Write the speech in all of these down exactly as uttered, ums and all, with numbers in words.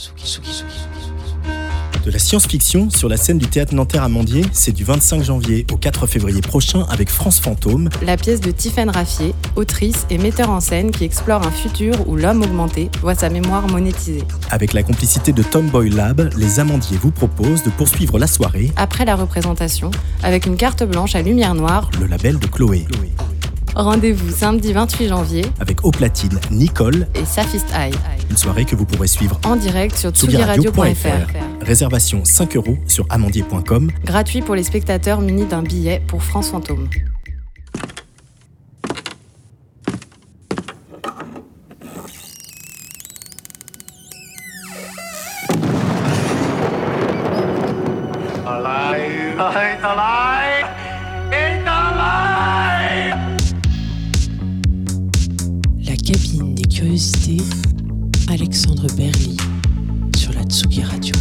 De la science-fiction sur la scène du théâtre Nanterre Amandier, c'est du vingt-cinq janvier au quatre février prochain avec France Fantôme. La pièce de Tiffaine Raffier, autrice et metteur en scène qui explore un futur où l'homme augmenté voit sa mémoire monétisée. Avec la complicité de Tomboy Lab, les Amandiers vous proposent de poursuivre la soirée après la représentation avec une carte blanche à lumière noire, le label de Chloé. Rendez-vous samedi vingt-huit janvier avec au platine Nicole et Safist Eye. Une soirée que vous pourrez suivre en direct sur tsugi radio point f r. Réservation cinq euros sur amandier point com. Gratuit pour les spectateurs munis d'un billet pour France Fantôme. Alive! It's alive! It's alive! La cabine des curiosités, Alexandre Berly, sur la Tsugi Radio.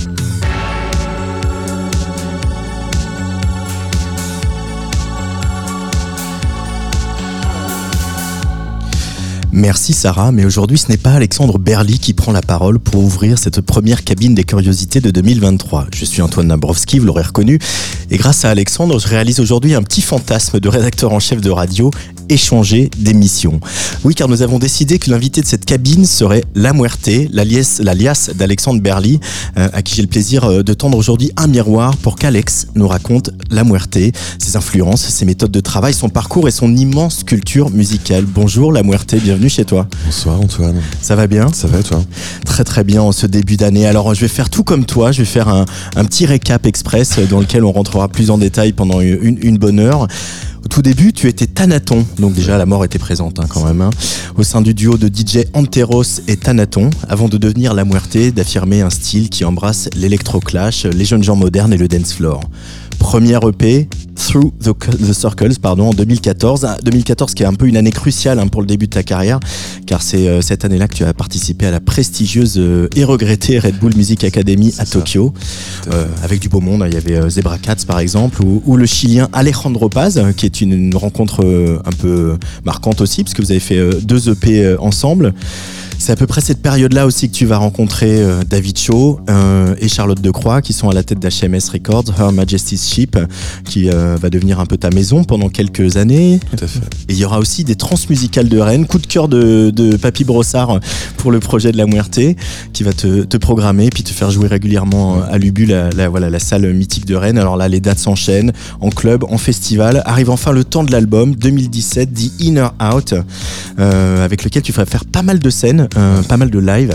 Merci Sarah, mais aujourd'hui ce n'est pas Alexandre Berly qui prend la parole pour ouvrir cette première cabine des curiosités de deux mille vingt-trois. Je suis Antoine Nabrowski, vous l'aurez reconnu, et grâce à Alexandre, je réalise aujourd'hui un petit fantasme de rédacteur en chef de radio, échanger d'émissions. Oui, car nous avons décidé que l'invité de cette cabine serait La Muerte, l'alias, l'alias d'Alexandre Berly, euh, à qui j'ai le plaisir de tendre aujourd'hui un miroir pour qu'Alex nous raconte La Muerte, ses influences, ses méthodes de travail, son parcours et son immense culture musicale. Bonjour La Muerte, bienvenue chez toi. Bonsoir Antoine. Ça va bien ? Ça va et toi ? Très très bien en ce début d'année. Alors je vais faire tout comme toi, je vais faire un, un petit récap express dans lequel on rentrera plus en détail pendant une, une bonne heure. Au tout début, tu étais Thanaton, donc déjà la mort était présente hein, quand même, hein, au sein du duo de D J Anteros et Thanaton, avant de devenir La Muerte, d'affirmer un style qui embrasse l'électroclash, les jeunes gens modernes et le dance floor. Première E P, Through the, the Circles, pardon, en deux mille quatorze. deux mille quatorze qui est un peu une année cruciale hein, pour le début de ta carrière, car c'est euh, cette année-là que tu as participé à la prestigieuse euh, et regrettée Red Bull Music Academy à Tokyo, euh, avec du beau monde. Il y avait euh, Zebra Cats par exemple, ou, ou le Chilien Alejandro Paz, qui est une, une rencontre euh, un peu marquante aussi, parce que vous avez fait euh, deux E P euh, ensemble. C'est à peu près cette période-là aussi que tu vas rencontrer euh, David Shaw euh, et Charlotte Decroix qui sont à la tête d'H M S Records, Her Majesty's Ship, qui euh, va devenir un peu ta maison pendant quelques années. Tout à fait. Et il y aura aussi des transmusicales de Rennes, coup de cœur de, de Papy Brossard pour le projet de La Muerte, qui va te, te programmer puis te faire jouer régulièrement à l'Ubu, la, la, voilà, la salle mythique de Rennes. Alors là, les dates s'enchaînent en club, en festival. Arrive enfin le temps de l'album deux mille dix-sept, The Inner Out, euh, avec lequel tu vas faire pas mal de scènes. Euh, pas mal de live.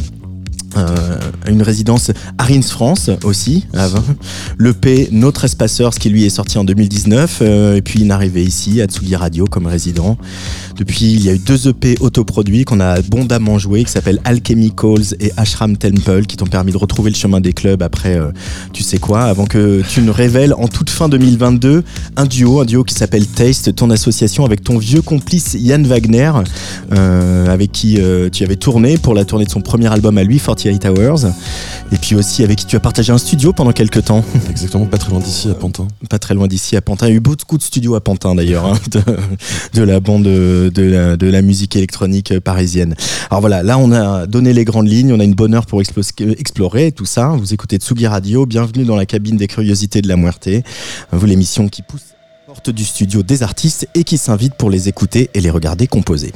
Euh, une résidence à Reims France aussi, l'E P Notre Espaceurs qui lui est sorti en deux mille dix-neuf, euh, et puis une arrivée ici à Tsugi Radio comme résident. Depuis il y a eu deux E P autoproduits qu'on a abondamment joué, qui s'appellent Alchemicals et Ashram Temple, qui t'ont permis de retrouver le chemin des clubs après euh, tu sais quoi, avant que tu ne révèles en toute fin deux mille vingt-deux un duo, un duo qui s'appelle Taste, ton association avec ton vieux complice Yann Wagner, euh, avec qui euh, tu avais tourné pour la tournée de son premier album à lui, quarante-huit Hours, et puis aussi avec qui tu as partagé un studio pendant quelques temps. Exactement, pas très loin d'ici à Pantin. Pas très loin d'ici à Pantin. Il y a eu beaucoup de studios à Pantin d'ailleurs, hein, de, de la bande de, de, la, de la musique électronique parisienne. Alors voilà, là on a donné les grandes lignes, on a une bonne heure pour explo- explorer tout ça. Vous écoutez Tsugi Radio, bienvenue dans la cabine des curiosités de La Muerte, vous l'émission qui pousse la porte du studio des artistes et qui s'invite pour les écouter et les regarder composer.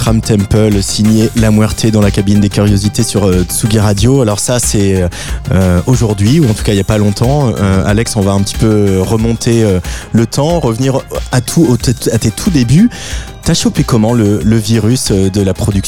Ashram Temple, signé La Muerte dans la cabine des curiosités sur euh, Tsugi Radio. Alors ça, c'est euh, aujourd'hui, ou en tout cas il n'y a pas longtemps. Euh, Alex, on va un petit peu remonter euh, le temps, revenir à, tout, au, à tes tout débuts. T'as chopé comment le, le virus de la production ?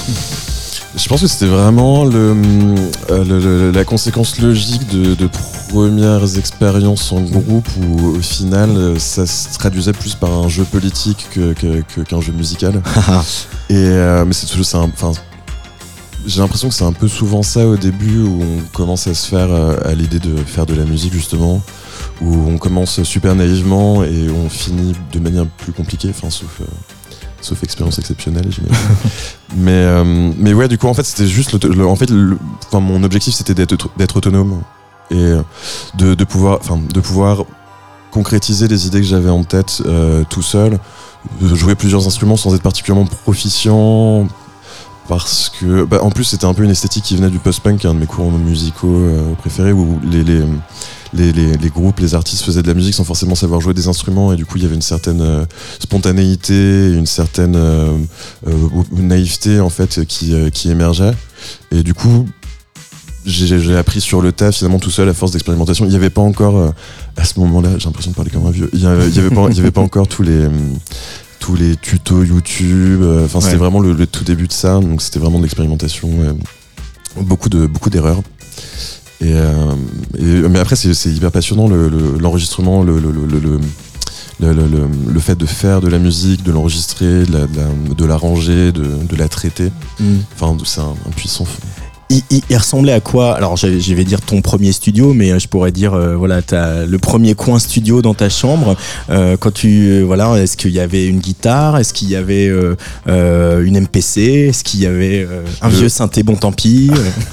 Je pense que c'était vraiment le, euh, le, le, la conséquence logique de, de premières expériences en groupe où au final ça se traduisait plus par un jeu politique que, que, que, qu'un jeu musical. Et euh, mais c'est toujours ça. Enfin, j'ai l'impression que c'est un peu souvent ça au début où on commence à se faire euh, à l'idée de faire de la musique justement, où on commence super naïvement et on finit de manière plus compliquée. Enfin, sauf. Euh, Sauf expérience exceptionnelle, j'imagine. mais, euh, mais ouais, du coup, en fait, c'était juste. Le, le, en fait, le, enfin, mon objectif, c'était d'être, d'être autonome et de, de, pouvoir, enfin, de pouvoir concrétiser les idées que j'avais en tête euh, tout seul, de jouer plusieurs instruments sans être particulièrement proficient. Parce que, bah, en plus, c'était un peu une esthétique qui venait du post-punk, qui est un de mes courants musicaux euh, préférés, où les, les, les, les, les groupes, les artistes faisaient de la musique sans forcément savoir jouer des instruments, et du coup, il y avait une certaine euh, spontanéité, une certaine euh, euh, naïveté, en fait, qui, euh, qui émergeait. Et du coup, j'ai, j'ai appris sur le tas, finalement, tout seul, à force d'expérimentation. Il n'y avait pas encore, euh, à ce moment-là, j'ai l'impression de parler comme un vieux, il n'y avait, avait, avait pas encore tous les... tous les tutos YouTube, enfin euh, c'était ouais. vraiment le, le tout début de ça, donc c'était vraiment de l'expérimentation, euh, beaucoup de beaucoup d'erreurs. Et, euh, et mais après c'est, c'est hyper passionnant le, le, l'enregistrement, le, le, le, le, le, le, le, le fait de faire de la musique, de l'enregistrer, de, la, de, la, de l'arranger, de, de la traiter. Enfin mm. c'est un, un puissant. Il, il, il ressemblait à quoi ? Alors je, je vais dire ton premier studio, mais je pourrais dire euh, voilà, t'as le premier coin studio dans ta chambre. Euh, quand tu euh, voilà, est-ce qu'il y avait une guitare ? Est-ce qu'il y avait euh, euh, une M P C ? Est-ce qu'il y avait euh, un le... vieux synthé bon tant pis ?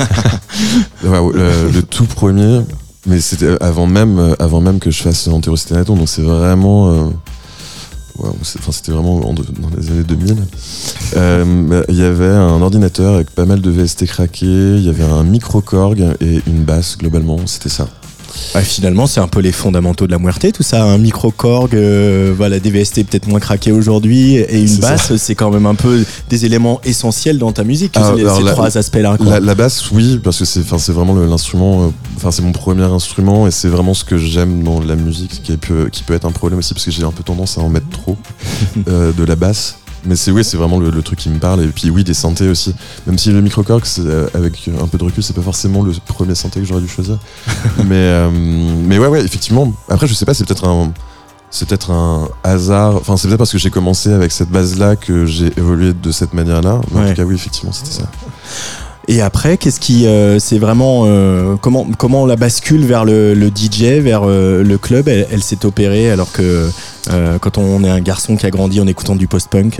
ouais, le, le tout premier, mais c'était avant même avant même que je fasse Enterocéténaton, donc c'est vraiment. Euh... Ouais, c'est, enfin, c'était vraiment dans les années deux mille. Il euh, y avait un ordinateur avec pas mal de V S T craqués, il y avait un micro-Korg et une basse, globalement, c'était ça. Ouais, finalement, c'est un peu les fondamentaux de la Muerte, tout ça. Un micro-Korg, euh, voilà, des V S T peut-être moins craqués aujourd'hui, et une c'est basse, ça. C'est quand même un peu des éléments essentiels dans ta musique, ah, ces, ces la, trois aspects-là. Quoi. La, la basse, oui, parce que c'est, c'est vraiment le, l'instrument, enfin, euh, c'est mon premier instrument, et c'est vraiment ce que j'aime dans la musique, qui peut, qui peut être un problème aussi, parce que j'ai un peu tendance à en mettre trop, euh, de la basse. Mais c'est oui, c'est vraiment le, le truc qui me parle. Et puis oui, des synthés aussi. Même si le micro-Korg, euh, avec un peu de recul, c'est pas forcément le premier synthé que j'aurais dû choisir. mais euh, mais ouais, ouais, effectivement. Après, je sais pas, c'est peut-être un, c'est peut-être un hasard. Enfin, c'est peut-être parce que j'ai commencé avec cette base-là que j'ai évolué de cette manière-là. Mais ouais. En tout cas, oui, effectivement, c'était ça. Et après, qu'est-ce qui, euh, c'est vraiment euh, comment comment la bascule vers le, le D J, vers euh, le club, elle, elle s'est opérée alors que euh, quand on est un garçon qui a grandi en écoutant du post-punk.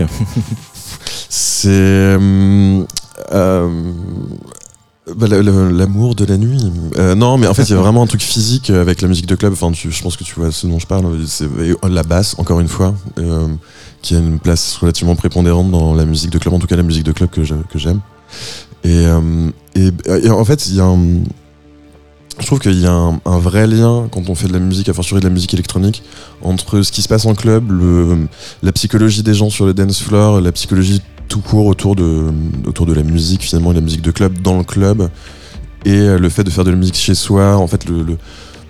c'est euh, euh, bah, l'amour de la nuit. Euh, non, mais en fait, il y a vraiment un truc physique avec la musique de club. Enfin, tu, je pense que tu vois ce dont je parle. C'est la basse, encore une fois, euh, qui a une place relativement prépondérante dans la musique de club. En tout cas, la musique de club que, je, que j'aime. Et, euh, et, et en fait, il y a un, je trouve qu'il y a un, un vrai lien quand on fait de la musique, à fortiori de la musique électronique, entre ce qui se passe en club, le, la psychologie des gens sur le dance floor, la psychologie tout court autour de, autour de la musique, finalement, de la musique de club dans le club, et le fait de faire de la musique chez soi, en fait, le, le,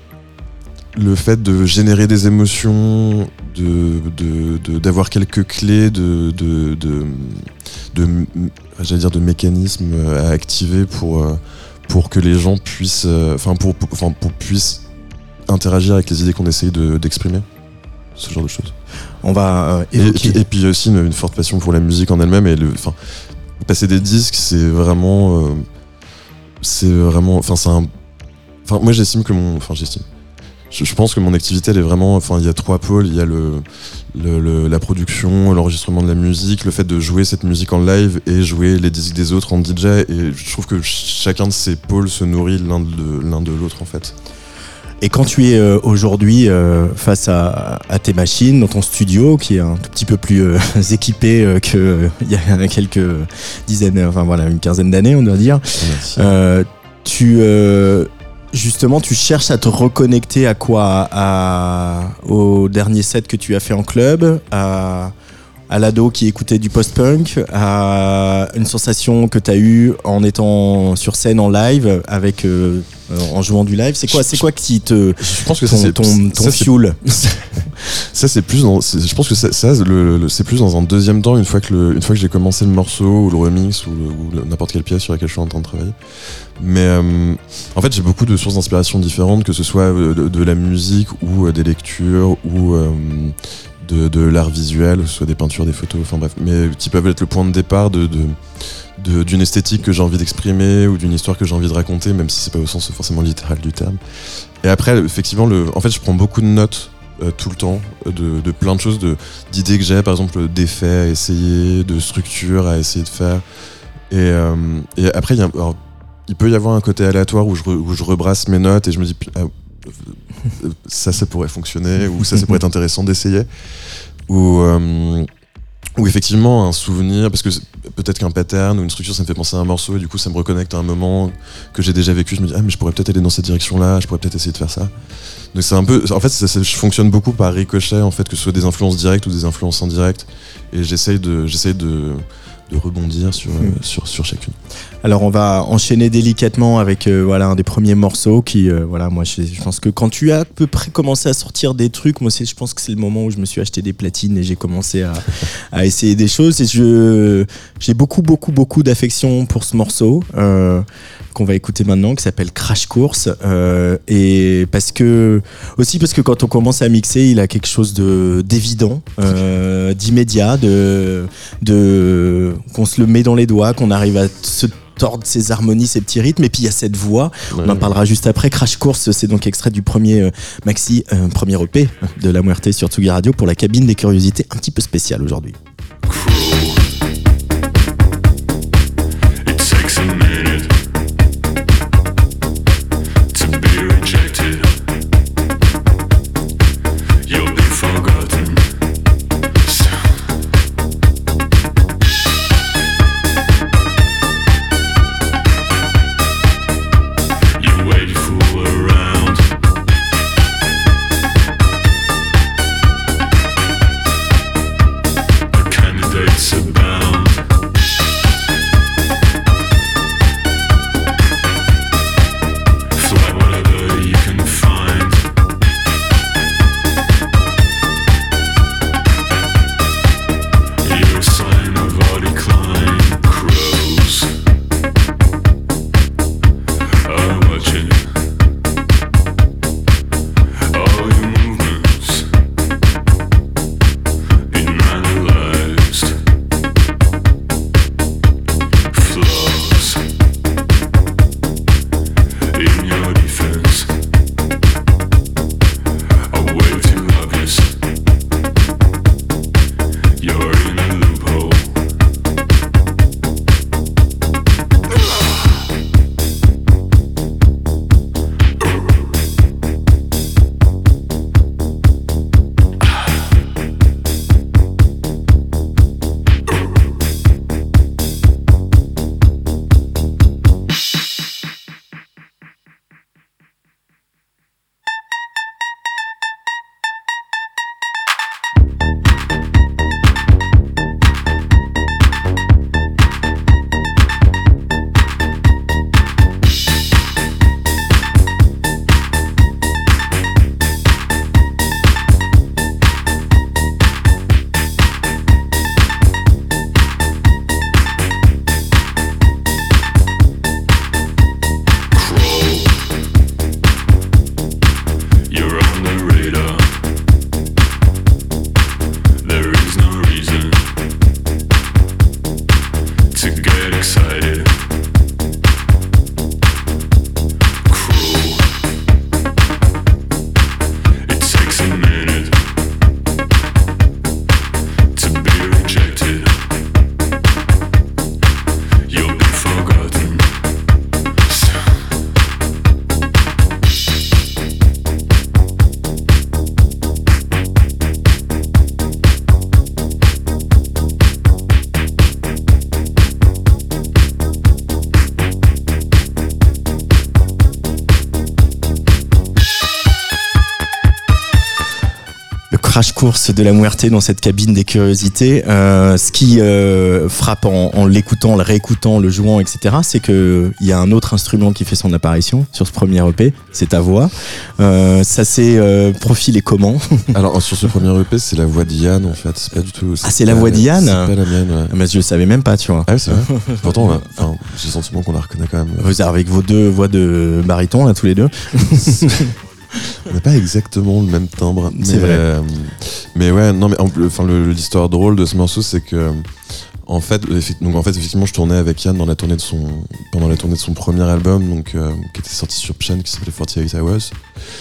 le fait de générer des émotions, de, de, de, d'avoir quelques clés de, de, de, de, de j'allais dire de mécanismes à activer pour, pour que les gens puissent, enfin pour, pour, pour, pour puissent interagir avec les idées qu'on essaye de, d'exprimer, ce genre de choses. On va euh, évoquer. Et, et, puis, et puis aussi une, une forte passion pour la musique en elle-même, et le, enfin, passer des disques, c'est vraiment, euh, c'est vraiment, enfin c'est un, enfin moi j'estime que mon, enfin j'estime. Je, je pense que mon activité, elle est vraiment, enfin, il y a trois pôles. Il y a le, le, le, la production, l'enregistrement de la musique, le fait de jouer cette musique en live et jouer les disques des autres en D J. Et je trouve que chacun de ces pôles se nourrit l'un de, l'un de l'autre, en fait. Et quand tu es euh, aujourd'hui euh, face à, à tes machines, dans ton studio, qui est un tout petit peu plus euh, équipé euh, qu'il euh, y a quelques dizaines, enfin voilà, une quinzaine d'années, on doit dire, euh, tu... Euh, Justement, tu cherches à te reconnecter à quoi ? à, Au dernier set que tu as fait en club, à, à l'ado qui écoutait du post-punk, à une sensation que tu as eue en étant sur scène en live, avec, euh, en jouant du live. C'est quoi, c'est quoi qui te. Je pense que ton, ça, c'est, ton, ton ça, fuel c'est, ça, c'est plus dans. C'est, je pense que ça, ça le, le, c'est plus dans un deuxième temps, une fois que, le, une fois que j'ai commencé le morceau, ou le remix, ou, le, ou le, n'importe quelle pièce sur laquelle je suis en train de travailler. Mais euh, en fait, j'ai beaucoup de sources d'inspiration différentes, que ce soit de, de la musique, ou euh, des lectures, ou. Euh, De, de l'art visuel, soit des peintures, des photos, enfin bref, mais qui peuvent être le point de départ de, de, de, d'une esthétique que j'ai envie d'exprimer ou d'une histoire que j'ai envie de raconter, même si c'est pas au sens forcément littéral du terme. Et après, effectivement, le, en fait, je prends beaucoup de notes euh, tout le temps, de, de plein de choses, de, d'idées que j'ai, par exemple, d'effets à essayer, de structures à essayer de faire. Et, euh, et après, il y a, alors, il peut y avoir un côté aléatoire où je, re, où je rebrasse mes notes et je me dis... Ah, ça, ça pourrait fonctionner, ou ça, ça pourrait être intéressant d'essayer. Ou, euh, ou effectivement, un souvenir, parce que peut-être qu'un pattern ou une structure, ça me fait penser à un morceau, et du coup, ça me reconnecte à un moment que j'ai déjà vécu. Je me dis, ah, mais je pourrais peut-être aller dans cette direction-là, je pourrais peut-être essayer de faire ça. Donc, c'est un peu. En fait, ça, ça, je fonctionne beaucoup par ricochet, en fait, que ce soit des influences directes ou des influences indirectes. Et j'essaye de. J'essaye de de rebondir sur, mmh. euh, sur, sur chacune. Alors on va enchaîner délicatement avec euh, voilà, un des premiers morceaux qui, euh, voilà, moi je, je pense que quand tu as à peu près commencé à sortir des trucs, moi c'est, je pense que c'est le moment où je me suis acheté des platines et j'ai commencé à, à essayer des choses, et je, j'ai beaucoup beaucoup beaucoup d'affection pour ce morceau euh, qu'on va écouter maintenant, qui s'appelle Crash Course, euh, et parce que, aussi parce que quand on commence à mixer, il a quelque chose de, d'évident, euh, d'immédiat, de, de qu'on se le met dans les doigts, qu'on arrive à se tordre ses harmonies, ses petits rythmes, et puis il y a cette voix, ouais. On en parlera juste après. Crash Course, c'est donc extrait du premier euh, maxi, euh, premier E P de La Muerte sur Tsugi Radio pour la cabine des curiosités, un petit peu spéciale aujourd'hui. Candidates about crash course de la Muerte dans cette cabine des curiosités. Euh, ce qui euh, frappe en, en l'écoutant, le réécoutant, le jouant, et cetera, c'est qu'il y a un autre instrument qui fait son apparition sur ce premier E P, c'est ta voix. Euh, ça s'est euh, profilé comment? Alors sur ce premier E P, c'est la voix d'Yann en fait. C'est pas du tout. Ah, c'est la voix d'Yann? C'est pas la mienne. Ouais. Mais je le savais même pas, tu vois. Ah oui, c'est vrai. Pourtant, là, j'ai le sentiment qu'on la reconnaît quand même. Vous avec vos deux voix de baryton là, tous les deux. On n'a pas exactement le même timbre. C'est mais, vrai. Euh, mais ouais, non, mais enfin, le, l'histoire drôle de ce morceau, c'est que en fait, donc en fait, effectivement, je tournais avec Yann dans la tournée de son, pendant la tournée de son premier album, donc euh, qui était sorti sur Pchen, qui s'appelait forty-eight hours.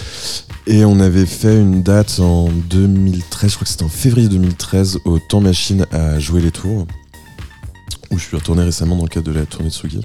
Et on avait fait une date en deux mille treize, je crois que c'était en février deux mille treize, au Temps Machine à Jouer les Tours, où je suis retourné récemment dans le cadre de la tournée de Tsugi.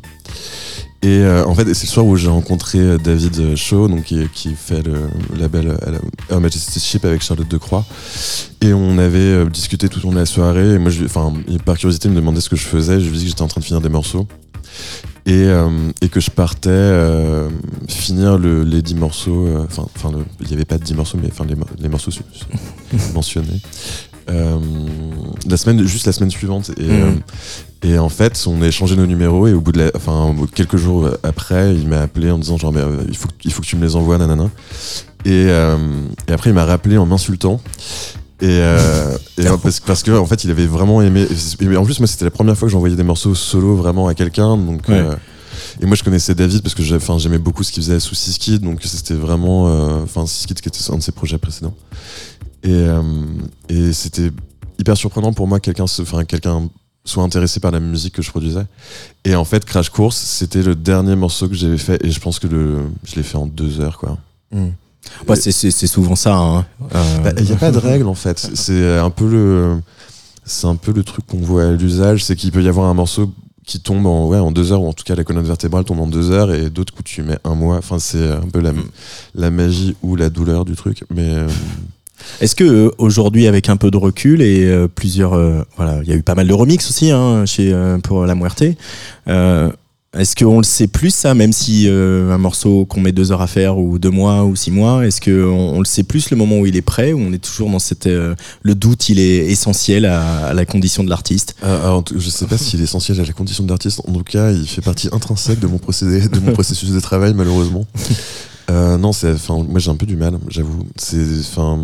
Et euh, en fait, c'est le soir où j'ai rencontré David Shaw, donc qui, qui fait le label Her Majesty's Ship avec Charlotte Decroix. Et on avait euh, discuté tout au long de la soirée. Et moi, je, enfin, par curiosité, il me demandait ce que je faisais. Je lui ai dit que j'étais en train de finir des morceaux et, euh, et que je partais euh, finir le, les dix morceaux. Enfin, enfin, il n'y avait pas de dix morceaux, mais enfin les, les morceaux mentionnés. Euh, la semaine, juste la semaine suivante. Et, mmh. euh, et en fait, on a échangé nos numéros et au bout de la, enfin, quelques jours après, il m'a appelé en disant genre, mais, euh, il faut, il faut que tu me les envoies, nanana. Et, euh, et après, il m'a rappelé en m'insultant. Et, euh, et parce, parce que en fait, il avait vraiment aimé. Et en plus, moi, c'était la première fois que j'envoyais des morceaux solo vraiment à quelqu'un. Donc, ouais. euh, et moi, je connaissais David parce que j'aimais beaucoup ce qu'il faisait sous Siskid. Donc, c'était vraiment, enfin, euh, Siskid qui était un de ses projets précédents. Et, euh, et c'était hyper surprenant pour moi que quelqu'un, enfin, quelqu'un soit intéressé par la musique que je produisais. Et en fait, Crash Course, c'était le dernier morceau que j'avais fait. Et je pense que le, je l'ai fait en deux heures, quoi. Mmh. Ouais, c'est, c'est, c'est souvent ça. Hein. Euh... Bah, y a pas de règle en fait. C'est un peu le, c'est un peu le truc qu'on voit à l'usage, c'est qu'il peut y avoir un morceau qui tombe en, ouais, en deux heures, ou en tout cas la colonne vertébrale tombe en deux heures, et d'autres coups tu mets un mois. Enfin, c'est un peu la, la magie ou la douleur du truc. Mais euh... est-ce que euh, aujourd'hui, avec un peu de recul et euh, plusieurs, euh, voilà, il y a eu pas mal de remix aussi hein, chez euh, pour La Muerte. Euh, Est-ce qu'on le sait plus ça, même si euh, un morceau qu'on met deux heures à faire ou deux mois ou six mois, est-ce qu'on on le sait plus le moment où il est prêt, ou on est toujours dans cette euh, le doute, il est essentiel à, à la condition de l'artiste? euh, Alors je sais pas s'il est essentiel à la condition de l'artiste. En tout cas, il fait partie intrinsèque de mon procédé, de mon processus de travail malheureusement. Euh, non, c'est, enfin, moi j'ai un peu du mal, j'avoue. C'est, enfin,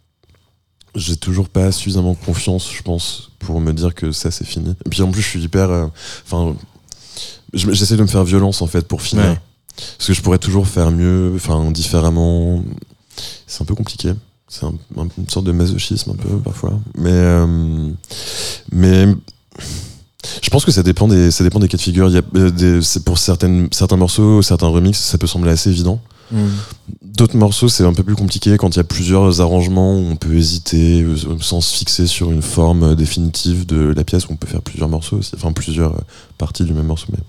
j'ai toujours pas suffisamment confiance, je pense, pour me dire que ça c'est fini. Et puis en plus, je suis hyper, enfin. Euh, J'essaie de me faire violence en fait pour finir, ouais. Parce que je pourrais toujours faire mieux, enfin différemment. C'est un peu compliqué. C'est un, un, une sorte de masochisme un peu parfois. Mais euh, mais je pense que ça dépend des ça dépend des cas de figure. Il y a des, c'est pour certaines certains morceaux, certains remixes, ça peut sembler assez évident. Mmh. D'autres morceaux, c'est un peu plus compliqué quand il y a plusieurs arrangements où on peut hésiter sans se fixer sur une forme définitive de la pièce, où on peut faire plusieurs morceaux aussi, enfin plusieurs parties du même morceau. Mais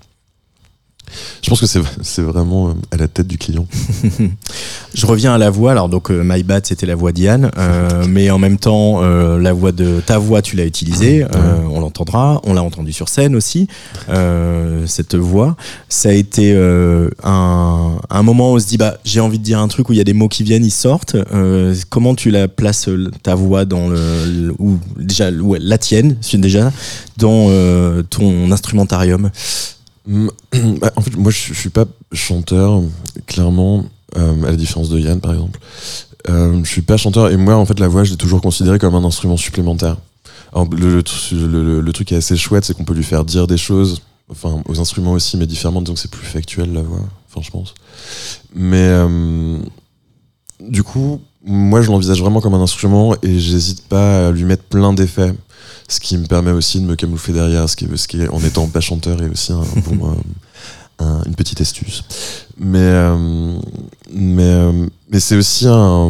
je pense que c'est, c'est vraiment à la tête du client. Je reviens à la voix. Alors donc euh, My Bad, c'était la voix d'Yann, euh, mais en même temps euh, la voix de ta voix, tu l'as utilisée. Euh, on l'entendra, on l'a entendu sur scène aussi. Euh, cette voix, ça a été euh, un, un moment où on se dit bah j'ai envie de dire un truc où il y a des mots qui viennent, ils sortent. Euh, comment tu la places ta voix dans le, le ou déjà ouais, la tienne, déjà dans euh, ton instrumentarium? Bah, en fait, moi, je, je suis pas chanteur, clairement, euh, à la différence de Yann, par exemple. Euh, je suis pas chanteur, et moi, en fait, la voix, je l'ai toujours considérée comme un instrument supplémentaire. Alors, le, le, le, le truc qui est assez chouette, c'est qu'on peut lui faire dire des choses, enfin, aux instruments aussi, mais différemment, disons que c'est plus factuel, la voix, enfin, je pense. Mais, euh, du coup, moi, je l'envisage vraiment comme un instrument, et j'hésite pas à lui mettre plein d'effets. Ce qui me permet aussi de me camoufler derrière, ce qui, ce qui en étant pas chanteur est aussi un, bon, euh, un, une petite astuce. Mais, euh, mais, euh, mais c'est aussi un,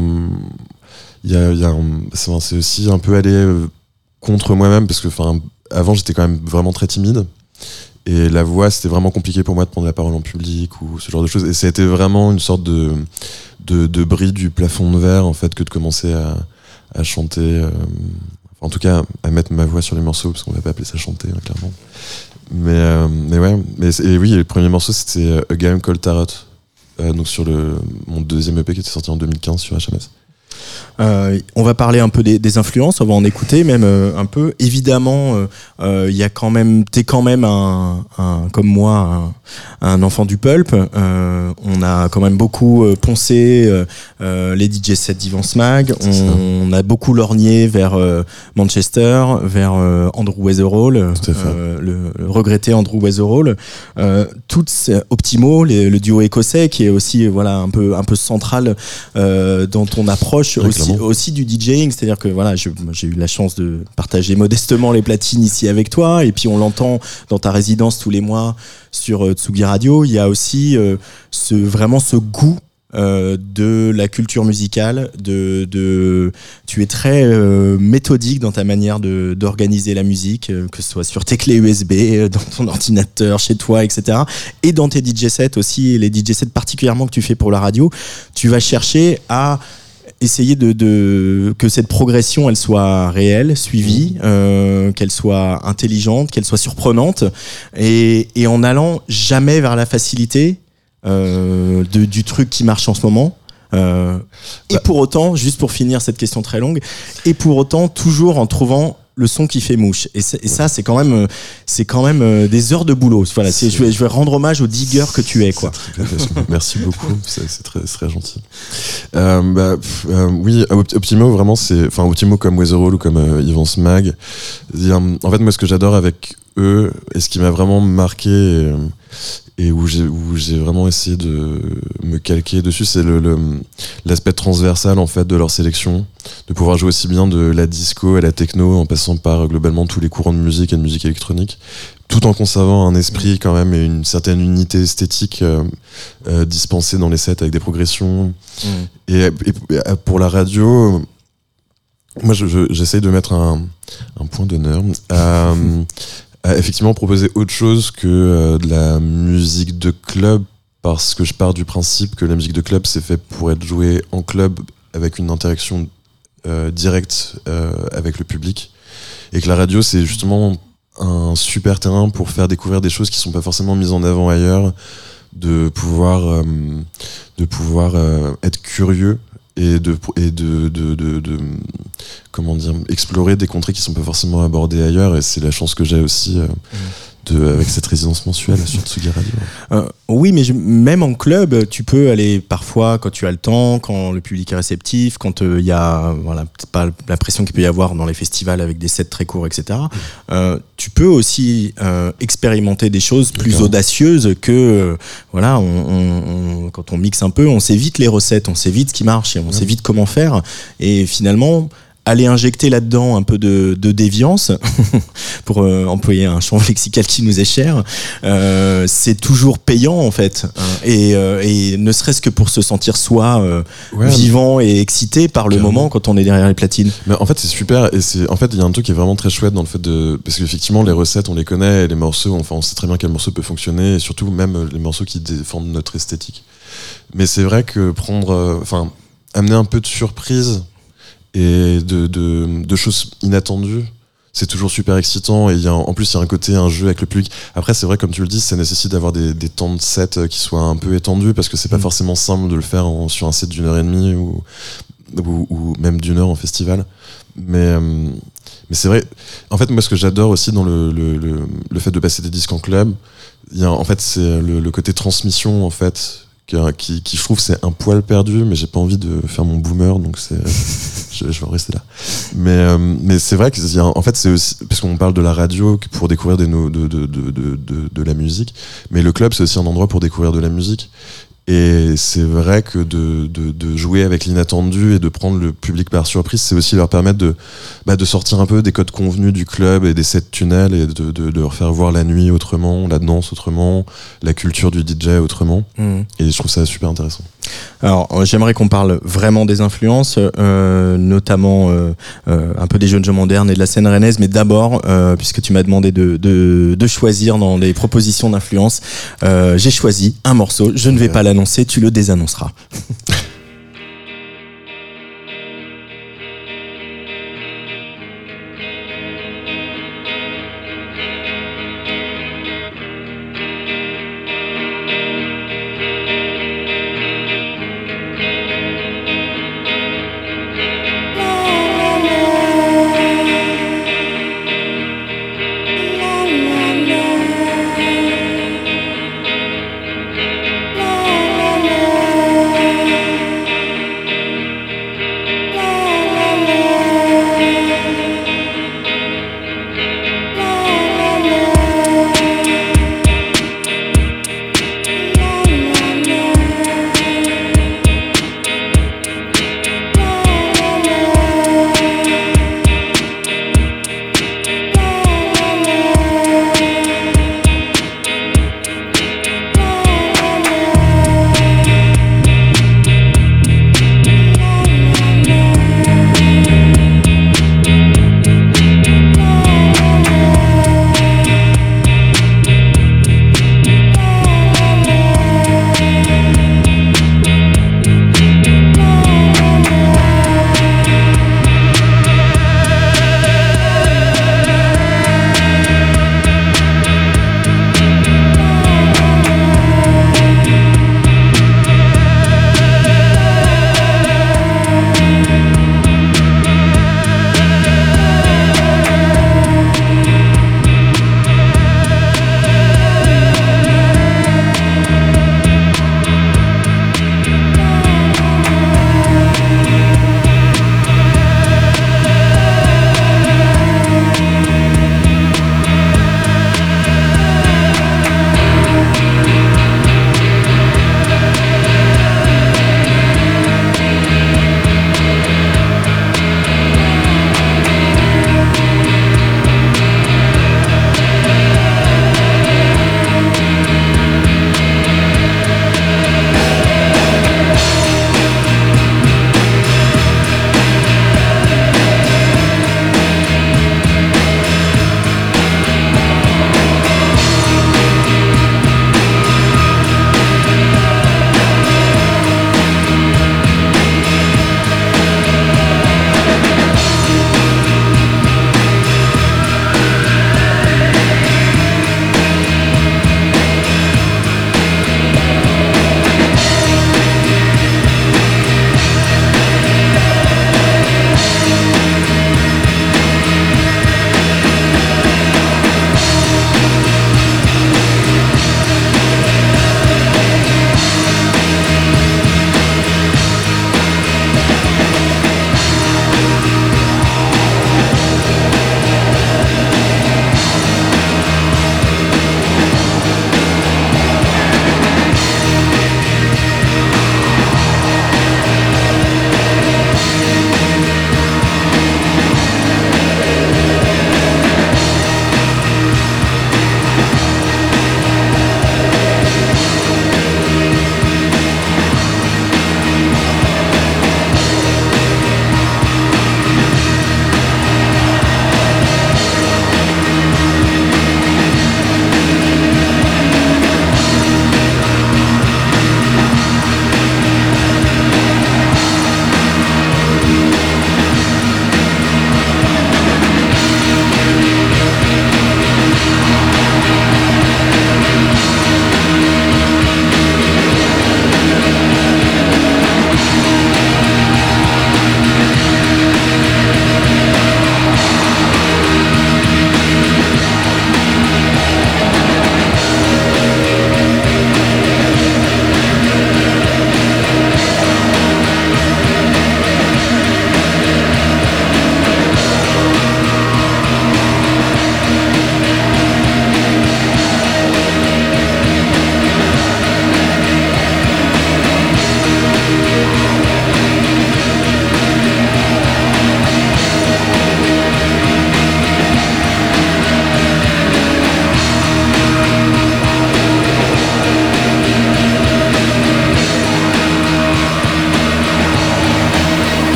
y a, y a un, c'est, c'est aussi un peu aller contre moi-même, parce que enfin, avant j'étais quand même vraiment très timide. Et la voix, c'était vraiment compliqué pour moi de prendre la parole en public ou ce genre de choses. Et ça a été vraiment une sorte de, de, de bris du plafond de verre, en fait, que de commencer à, à chanter. Euh, En tout cas, à mettre ma voix sur les morceaux, parce qu'on va pas appeler ça chanter, hein, clairement. Mais, euh, mais ouais, mais, et oui, le premier morceau, c'était euh, A Game Called Tarot, euh, donc sur le, mon deuxième E P qui était sorti en deux mille quinze sur H M S. Euh, on va parler un peu des, des influences, on va en écouter même euh, un peu. Évidemment, il euh, euh, y a quand même, t'es quand même un, un comme moi, un, un enfant du pulp. Euh, on a quand même beaucoup euh, poncé euh, euh, les D J sets d'Ivan Smag. On, on a beaucoup lorgné vers euh, Manchester, vers euh, Andrew Weatherall, euh, le, le regretté Andrew Weatherall. Euh, toutes ces Optimo, les, le duo écossais, qui est aussi voilà un peu un peu central euh, dans ton approche. Ouais, aussi, aussi du DJing, c'est-à-dire que voilà, je, j'ai eu la chance de partager modestement les platines ici avec toi, et puis on l'entend dans ta résidence tous les mois sur euh, Tsugi Radio. Il y a aussi euh, ce, vraiment ce goût euh, de la culture musicale, de, de tu es très euh, méthodique dans ta manière de, d'organiser la musique, euh, que ce soit sur tes clés U S B, euh, dans ton ordinateur, chez toi, et cetera. Et dans tes D J sets aussi, les D J sets particulièrement que tu fais pour la radio, tu vas chercher à essayer de, de que cette progression elle soit réelle, suivie, euh, qu'elle soit intelligente, qu'elle soit surprenante, et, et en allant jamais vers la facilité euh, de, du truc qui marche en ce moment. Euh, et pour autant, juste pour finir cette question très longue, et pour autant toujours en trouvant le son qui fait mouche. Et, et ça, c'est quand même, c'est quand même des heures de boulot. Voilà, c'est, je, vais, je vais rendre hommage au digger que tu es, quoi. Merci beaucoup, c'est, c'est très, c'est très gentil. Euh, bah, pff, euh, oui, Optimo, vraiment, c'est, enfin, Optimo comme Weatherall ou comme euh, Ivan Smag. En fait, moi, ce que j'adore avec eux, et ce qui m'a vraiment marqué, et, et où j'ai, où j'ai vraiment essayé de me calquer dessus, c'est le, le, l'aspect transversal, en fait, de leur sélection. De pouvoir jouer aussi bien de la disco à la techno, en passant par globalement tous les courants de musique et de musique électronique, tout en conservant un esprit quand même et une certaine unité esthétique euh, euh, dispensée dans les sets avec des progressions. Mmh. Et, et, et pour la radio, moi je, je, j'essaye de mettre un, un point d'honneur à, à effectivement proposer autre chose que euh, de la musique de club, parce que je pars du principe que la musique de club c'est fait pour être jouée en club avec une interaction Euh, direct euh, avec le public, et que la radio c'est justement un super terrain pour faire découvrir des choses qui sont pas forcément mises en avant ailleurs, de pouvoir euh, de pouvoir euh, être curieux et de et de, de, de, de comment dire, explorer des contrées qui sont pas forcément abordées ailleurs, et c'est la chance que j'ai aussi euh, mmh. De, avec cette résidence mensuelle sur Tsugi Radio. Euh, oui, mais je, même en club, tu peux aller parfois quand tu as le temps, quand le public est réceptif, quand il euh, y a voilà, pas l'impression qu'il peut y avoir dans les festivals avec des sets très courts, et cetera. Euh, tu peux aussi euh, expérimenter des choses plus D'accord. audacieuses que euh, voilà, on, on, on, quand on mixe un peu, on sait vite les recettes, on sait vite ce qui marche et on ouais. sait vite comment faire. Et finalement, aller injecter là-dedans un peu de, de déviance, pour euh, employer un champ lexical qui nous est cher, euh, c'est toujours payant en fait. Hein, et, euh, et ne serait-ce que pour se sentir soi euh, ouais, vivant et excité par le moment quand on est derrière les platines. Mais en fait c'est super, et c'est en fait il y a un truc qui est vraiment très chouette dans le fait de, parce qu'effectivement les recettes on les connaît, et les morceaux, enfin on sait très bien quel morceau peut fonctionner, et surtout même les morceaux qui défendent notre esthétique. Mais c'est vrai que prendre, enfin euh, amener un peu de surprise et de, de, de choses inattendues, c'est toujours super excitant, et il y a, en plus il y a un côté, un jeu avec le public. Après c'est vrai, comme tu le dis, ça nécessite d'avoir des, des temps de set qui soient un peu étendus, parce que c'est pas mmh. forcément simple de le faire en, sur un set d'une heure et demie ou, ou, ou même d'une heure en festival. Mais, euh, mais c'est vrai, en fait moi ce que j'adore aussi dans le, le, le, le fait de passer des disques en club, il y a, en fait c'est le, le côté transmission en fait, Qui, qui je trouve c'est un poil perdu, mais j'ai pas envie de faire mon boomer, donc c'est je, je vais en rester là. Mais euh, mais c'est vrai que y a, en fait c'est aussi parce qu'on parle de la radio pour découvrir des no, de, de de de de de la musique, mais le club c'est aussi un endroit pour découvrir de la musique. Et c'est vrai que de, de, de jouer avec l'inattendu et de prendre le public par surprise, c'est aussi leur permettre de, bah, de sortir un peu des codes convenus du club et des sets tunnels, et de, de, de leur faire voir la nuit autrement, la danse autrement, la culture du D J autrement. Mmh. Et je trouve ça super intéressant. Alors, j'aimerais qu'on parle vraiment des influences, euh, notamment euh, euh, un peu des jeunes gens modernes et de la scène rennaise, mais d'abord, euh, puisque tu m'as demandé de, de, de choisir dans les propositions d'influence, euh, j'ai choisi un morceau, je ne vais pas l'annoncer, tu le désannonceras.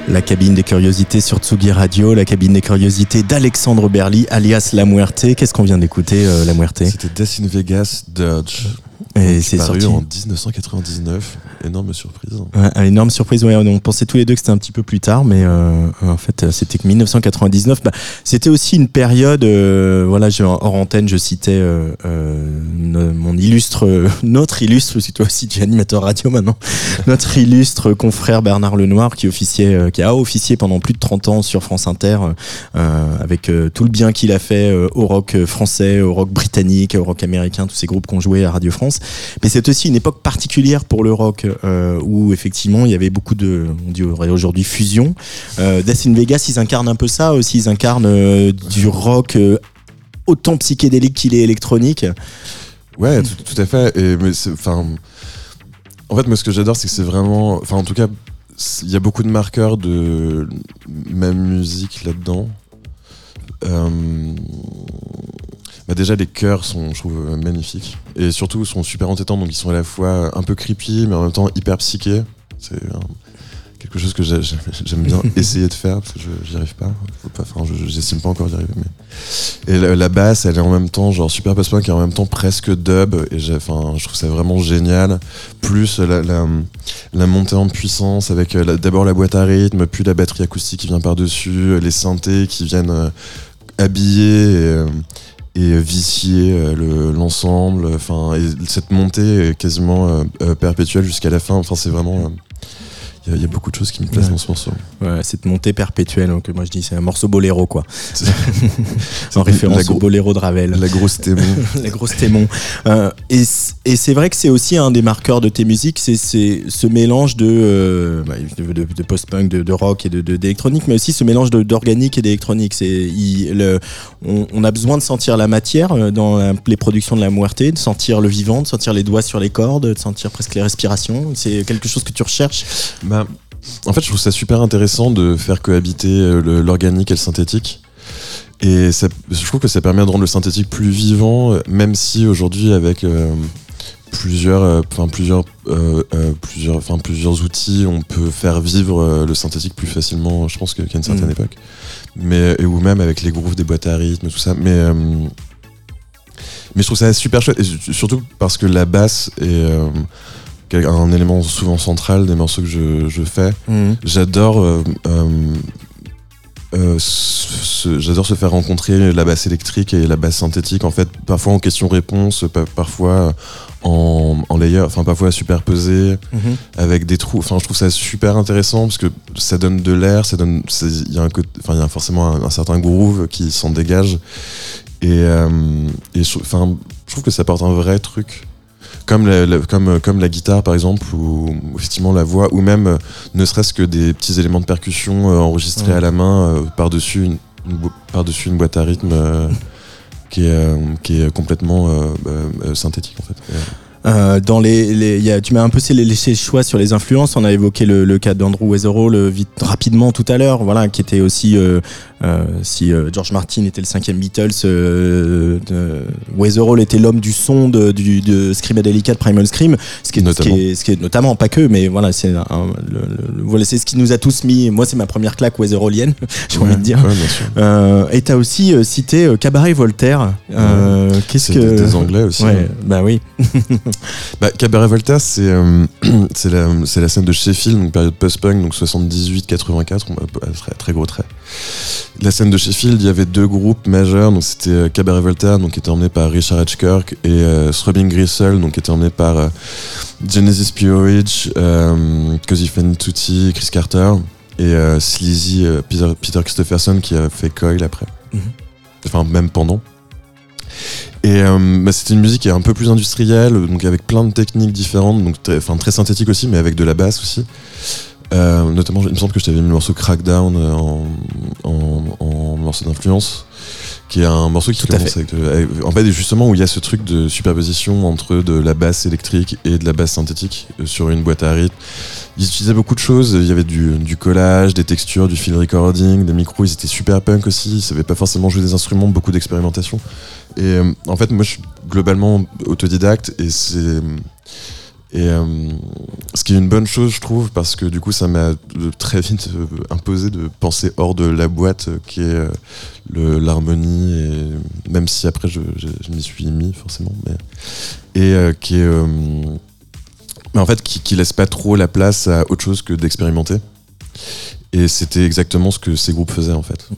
La cabine des curiosités sur Tsugi Radio, la cabine des curiosités d'Alexandre Berly, alias La Muerte. Qu'est-ce qu'on vient d'écouter, euh, La Muerte ? C'était Death in Vegas, Dodge. Et Donc, c'est paru sorti en dix-neuf cent quatre-vingt-dix-neuf. Énorme surprise. Ouais, énorme surprise. Ouais, on pensait tous les deux que c'était un petit peu plus tard, mais euh, en fait, c'était que dix-neuf cent quatre-vingt-dix-neuf. Bah, c'était aussi une période. Euh, voilà, je, hors antenne, je citais euh, euh, mon illustre, euh, notre illustre, parce que toi aussi tu es animateur radio maintenant. Notre illustre confrère Bernard Lenoir, qui officiait, euh, qui a officié pendant plus de trente ans sur France Inter, euh, avec euh, tout le bien qu'il a fait euh, au rock français, au rock britannique, au rock américain, tous ces groupes qu'on jouait à Radio France. Mais c'est aussi une époque particulière pour le rock, euh, où effectivement il y avait beaucoup de, on dit aujourd'hui fusion. Euh, Death in Vegas, ils incarnent un peu ça aussi, ils incarnent euh, du rock euh, autant psychédélique qu'il est électronique. Ouais, tout, tout à fait. Et mais enfin, en fait, moi, ce que j'adore, c'est que c'est vraiment, enfin, en tout cas, il y a beaucoup de marqueurs de ma musique là-dedans. Euh, bah déjà les chœurs sont, je trouve, magnifiques et surtout sont super entêtants, donc ils sont à la fois un peu creepy mais en même temps hyper psychés. C'est euh, quelque chose que j'ai, j'aime bien essayer de faire parce que je, j'y arrive pas. Faut pas, enfin, je, j'estime pas encore d'y arriver. Mais... Et la, la basse, elle est en même temps genre super post-punk et en même temps presque dub et j'ai, enfin, je trouve ça vraiment génial. Plus la, la, la montée en puissance avec la, d'abord la boîte à rythme, puis la batterie acoustique qui vient par-dessus, les synthés qui viennent euh, habiller et, euh, et vicier euh, le, l'ensemble, enfin, et cette montée est quasiment euh, euh, perpétuelle jusqu'à la fin. Enfin, c'est vraiment, il euh, y, y a beaucoup de choses qui me plaisent ouais. dans ce morceau. Ouais, cette montée perpétuelle, donc moi je dis c'est un morceau boléro quoi. C'est en référence gro- au boléro de Ravel. La grosse témon. La grosse témon. Euh, et, et c'est vrai que c'est aussi un des marqueurs de tes musiques, c'est, c'est ce mélange de, euh, de, de, de post-punk, de, de rock et de, de, d'électronique, mais aussi ce mélange de, d'organique et d'électronique. C'est, il, le, on, on a besoin de sentir la matière dans la, les productions de La Muerte, de sentir le vivant, de sentir les doigts sur les cordes, de sentir presque les respirations. C'est quelque chose que tu recherches. Bah, en fait, je trouve ça super intéressant de faire cohabiter le, l'organique et le synthétique. Et ça, je trouve que ça permet de rendre le synthétique plus vivant, même si aujourd'hui, avec euh, plusieurs, enfin euh, plusieurs, euh, euh, plusieurs, enfin plusieurs outils, on peut faire vivre euh, le synthétique plus facilement. Je pense qu'à une certaine mmh. époque, mais et, ou même avec les grooves des boîtes à rythme, tout ça. Mais euh, mais je trouve ça super chouette, et surtout parce que la basse est euh, un élément souvent central des morceaux que je, je fais. Mmh. J'adore euh, euh, euh, ce, j'adore se faire rencontrer la basse électrique et la basse synthétique, en fait, parfois en question-réponse, parfois en, en layer, enfin parfois superposé, mmh. avec des trous. Enfin, je trouve ça super intéressant parce que ça donne de l'air, ça donne, il y a un côté, enfin il y a forcément un, un certain groove qui s'en dégage, et, euh, et je, enfin, je trouve que ça apporte un vrai truc. Comme la, la, comme, comme la guitare par exemple, ou effectivement la voix, ou même euh, ne serait-ce que des petits éléments de percussion euh, enregistrés ouais. à la main euh, par-dessus, une, une bo- par-dessus une boîte à rythme euh, qui, est, euh, qui est complètement euh, euh, synthétique en fait. Ouais. Euh, dans les, les y a, tu m'as un peu laissé le choix sur les influences. On a évoqué le, le cas d'Andrew Weatherall vite rapidement tout à l'heure, voilà, qui était aussi euh, euh, si euh, George Martin était le cinquième Beatles, euh, de, Weatherall était l'homme du son de, du, de Screamadelica, de Primal Scream, ce qui est, ce qui est, ce qui est notamment pas que, mais voilà, c'est un, le, le, voilà, c'est ce qui nous a tous mis. Moi, c'est ma première claque Weatherallienne, j'ai ouais, envie de dire. Ouais, bien sûr. Euh, et t'as aussi euh, cité euh, Cabaret Voltaire. Euh, ouais. Qu'est-ce c'est que des Anglais aussi. Ouais, hein. Bah oui. Bah, Cabaret Voltaire, c'est, euh, c'est, la, c'est la scène de Sheffield, donc période post-punk, donc soixante-dix-huit quatre-vingt-quatre, on va très, très gros trait. La scène de Sheffield, il y avait deux groupes majeurs, donc c'était Cabaret Voltaire, donc qui était emmené par Richard H. Kirk, et euh, Throbbing Gristle, donc qui était emmené par euh, Genesis P-Orridge, euh, Cozy Fanny Tutti, Chris Carter, et euh, Sleazy euh, Peter, Peter Christopherson qui a fait Coil après. Mm-hmm. Enfin, même pendant. Et euh, bah, c'était une musique qui est un peu plus industrielle, donc avec plein de techniques différentes, donc très, enfin, très synthétique aussi, mais avec de la basse aussi. Euh, notamment, il me semble que je t'avais mis le morceau Crackdown en, en, en morceau d'influence, qui est un morceau qui commence avec, de, avec, en fait, justement où il y a ce truc de superposition entre de la basse électrique et de la basse synthétique euh, sur une boîte à rythme. Ils utilisaient beaucoup de choses, il y avait du, du collage, des textures, du field recording, des micros, ils étaient super punk aussi, ils savaient pas forcément jouer des instruments, beaucoup d'expérimentation. Et euh, en fait, moi je suis globalement autodidacte et c'est... Et euh, ce qui est une bonne chose, je trouve, parce que du coup, ça m'a très vite euh, imposé de penser hors de la boîte euh, qui est euh, le, l'harmonie, et même si après je, je, je m'y suis mis forcément, mais et euh, qui est, euh, mais en fait, qui, qui laisse pas trop la place à autre chose que d'expérimenter. Et c'était exactement ce que ces groupes faisaient en fait.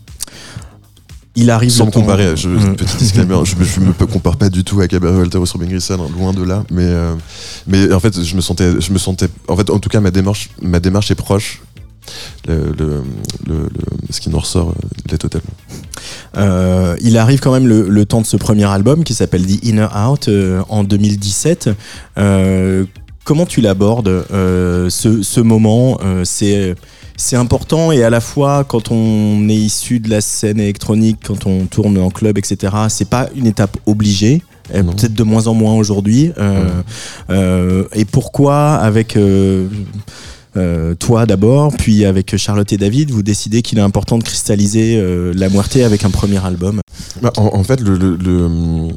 Il arrive sans me temps... comparer, je, mmh. petit disclaimer, je, je me compare pas du tout à Cabaret Voltaire ou Robin Grisel, loin de là, mais euh, mais en fait je me sentais, je me sentais, en fait en tout cas ma démarche, ma démarche est proche. Le, le, le, le ce qui nous ressort euh, l'est totalement. Euh, il arrive quand même le, le temps de ce premier album qui s'appelle The Inner Out euh, en deux mille dix-sept. Euh, comment tu l'abordes euh, ce, ce moment euh, c'est C'est important, et à la fois quand on est issu de la scène électronique, quand on tourne en club, et cetera, c'est pas une étape obligée, non. Peut-être de moins en moins aujourd'hui. Euh, mmh. euh, et pourquoi avec euh, euh, toi d'abord, puis avec Charlotte et David, vous décidez qu'il est important de cristalliser euh, La Muerte avec un premier album? Bah, en, en fait, le, le, le,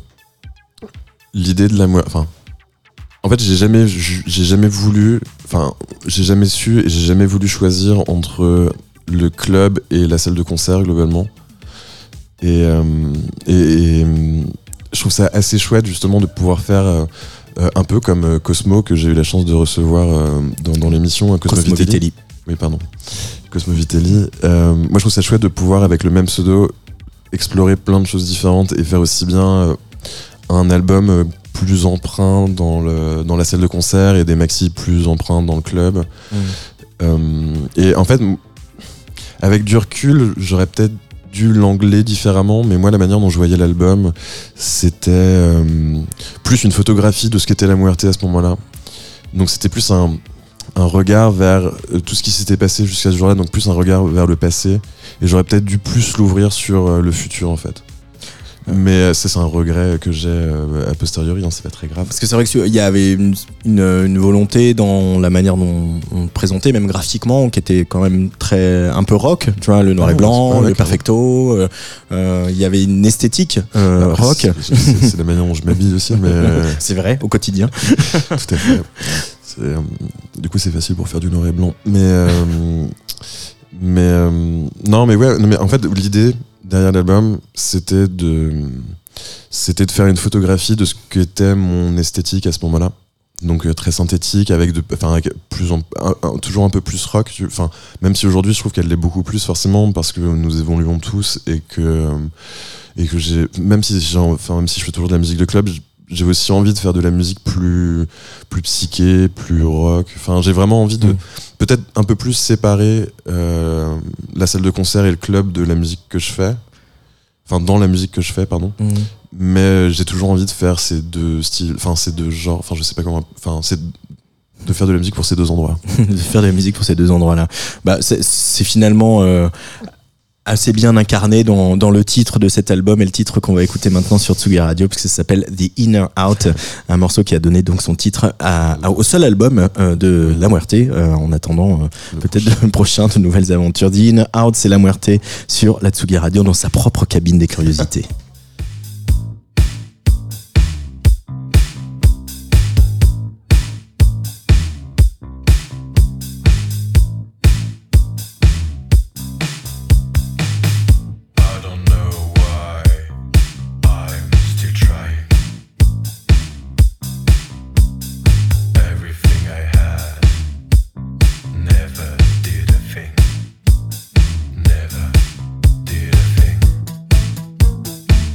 l'idée de La Muerte... Enfin, en fait, j'ai jamais, j'ai jamais voulu, enfin, j'ai jamais su et j'ai jamais voulu choisir entre le club et la salle de concert globalement. Et, euh, et, et je trouve ça assez chouette justement de pouvoir faire euh, un peu comme euh, Cosmo, que j'ai eu la chance de recevoir euh, dans, dans l'émission euh, Cosmo, Cosmo Vitelli. Vitelli. Oui, pardon. Cosmo Vitelli. Euh, moi, je trouve ça chouette de pouvoir, avec le même pseudo, explorer plein de choses différentes et faire aussi bien euh, un album euh, plus empreint dans, le, dans la salle de concert et des maxi plus empreints dans le club. Mmh. Euh, et en fait, avec du recul, j'aurais peut-être dû l'angler différemment, mais moi, la manière dont je voyais l'album, c'était euh, plus une photographie de ce qu'était La Muerte à ce moment-là. Donc c'était plus un, un regard vers tout ce qui s'était passé jusqu'à ce jour-là, donc plus un regard vers le passé. Et j'aurais peut-être dû plus l'ouvrir sur le futur, en fait. Mais ça, c'est un regret que j'ai euh, a posteriori, hein, c'est pas très grave. Parce que c'est vrai qu'il y avait une, une, une volonté dans la manière dont on présentait, même graphiquement, qui était quand même très un peu rock, tu vois, le noir ah, et blanc, le perfecto. Il euh, y avait une esthétique euh, Après, rock. C'est, c'est, c'est la manière dont je m'habille aussi, mais euh... c'est vrai, au quotidien. Tout à fait. C'est, euh, du coup, c'est facile pour faire du noir et blanc. Mais euh, mais euh, non, mais ouais, non, mais en fait, l'idée derrière l'album, c'était de, c'était de faire une photographie de ce qu'était mon esthétique à ce moment-là. Donc euh, très synthétique, avec, de, enfin, avec plus en, un, un, toujours un peu plus rock. Enfin, même si aujourd'hui je trouve qu'elle l'est beaucoup plus forcément parce que nous évoluons tous et que et que j'ai, même si j'ai, enfin même si je fais toujours de la musique de club, j'ai aussi envie de faire de la musique plus plus psyché, plus rock. Enfin, j'ai vraiment envie de mmh. peut-être un peu plus séparer euh, la salle de concert et le club de la musique que je fais. Enfin, dans la musique que je fais, pardon. Mmh. Mais j'ai toujours envie de faire ces deux styles, enfin ces deux genres. Enfin, je sais pas comment. Enfin, c'est de faire de la musique pour ces deux endroits. De faire de la musique pour ces deux endroits-là. Bah, c'est, c'est finalement. Euh assez bien incarné dans, dans le titre de cet album et le titre qu'on va écouter maintenant sur Tsugi Radio, puisque ça s'appelle The Inner Out, un morceau qui a donné donc son titre à, à, au seul album euh, de La Muerte, euh, en attendant euh, le peut-être prochain. le prochain de nouvelles aventures. The Inner Out, c'est La Muerte sur la Tsugi Radio dans sa propre cabine des curiosités. Never did a thing.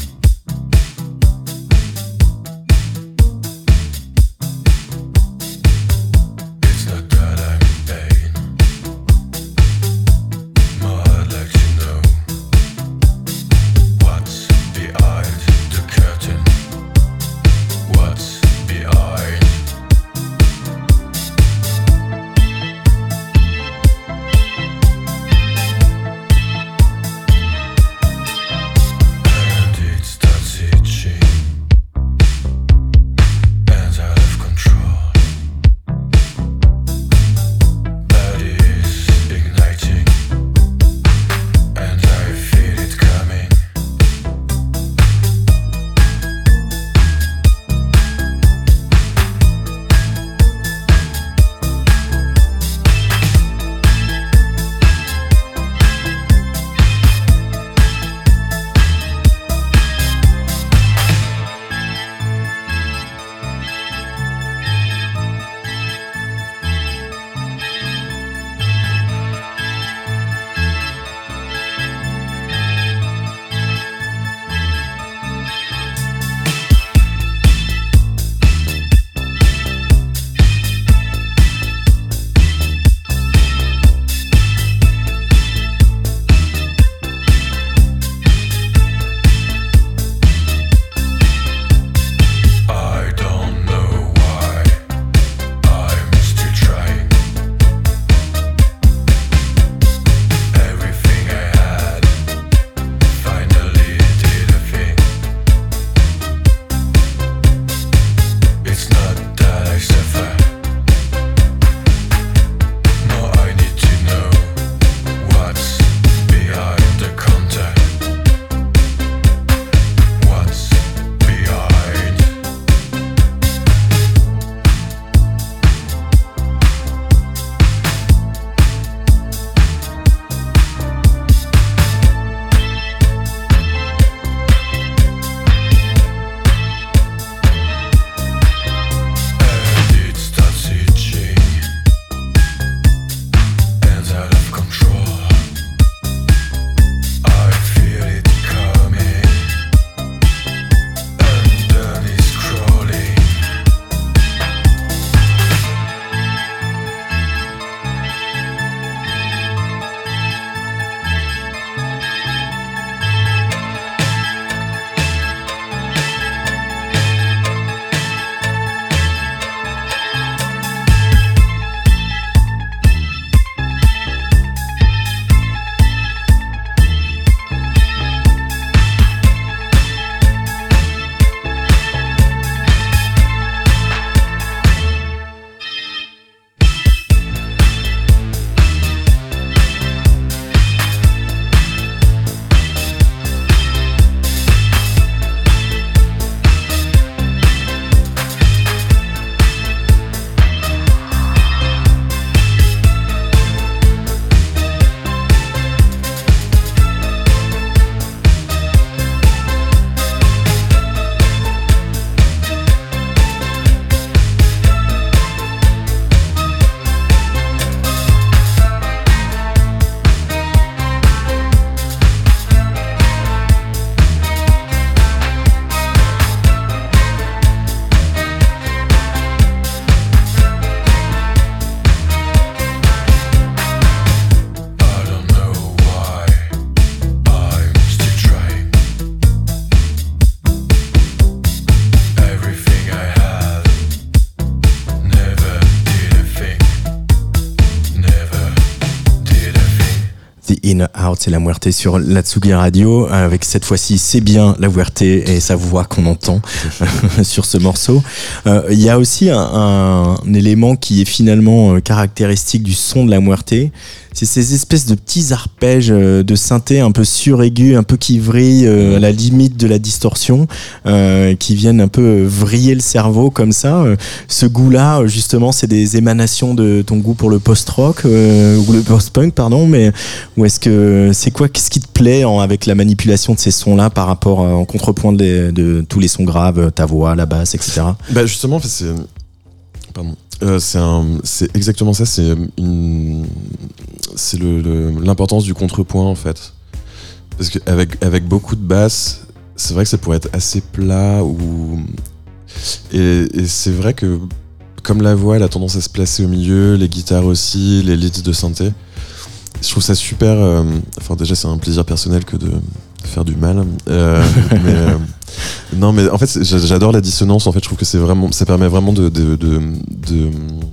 In Out, c'est La Muerte sur la Tsugi Radio. Avec cette fois-ci, c'est bien La Muerte et sa voix qu'on entend sur ce morceau. Il euh, y a aussi un, un, un élément qui est finalement caractéristique du son de La Muerte. C'est ces espèces de petits arpèges de synthé un peu suraigus, un peu qui vrillent euh, à la limite de la distorsion, euh, qui viennent un peu vriller le cerveau comme ça. Ce goût-là, justement, c'est des émanations de ton goût pour le post-rock euh, ou le post-punk, pardon. Mais ou est-ce que c'est quoi, qu'est-ce qui te plaît en, avec la manipulation de ces sons-là par rapport euh, en contrepoint de, de tous les sons graves, ta voix, la basse, et cetera. Bah justement, c'est pardon. Euh, c'est, un, c'est exactement ça, c'est, une, c'est le, le, l'importance du contrepoint en fait. Parce qu'avec avec beaucoup de basse, c'est vrai que ça pourrait être assez plat. Ou... Et, et c'est vrai que comme la voix elle a tendance à se placer au milieu, les guitares aussi, les leads de synthé, je trouve ça super. Euh, enfin, déjà, c'est un plaisir personnel que de faire du mal. Euh, mais, euh, non, mais en fait, j'adore la dissonance. En fait, je trouve que c'est vraiment, ça permet vraiment de, de, de, de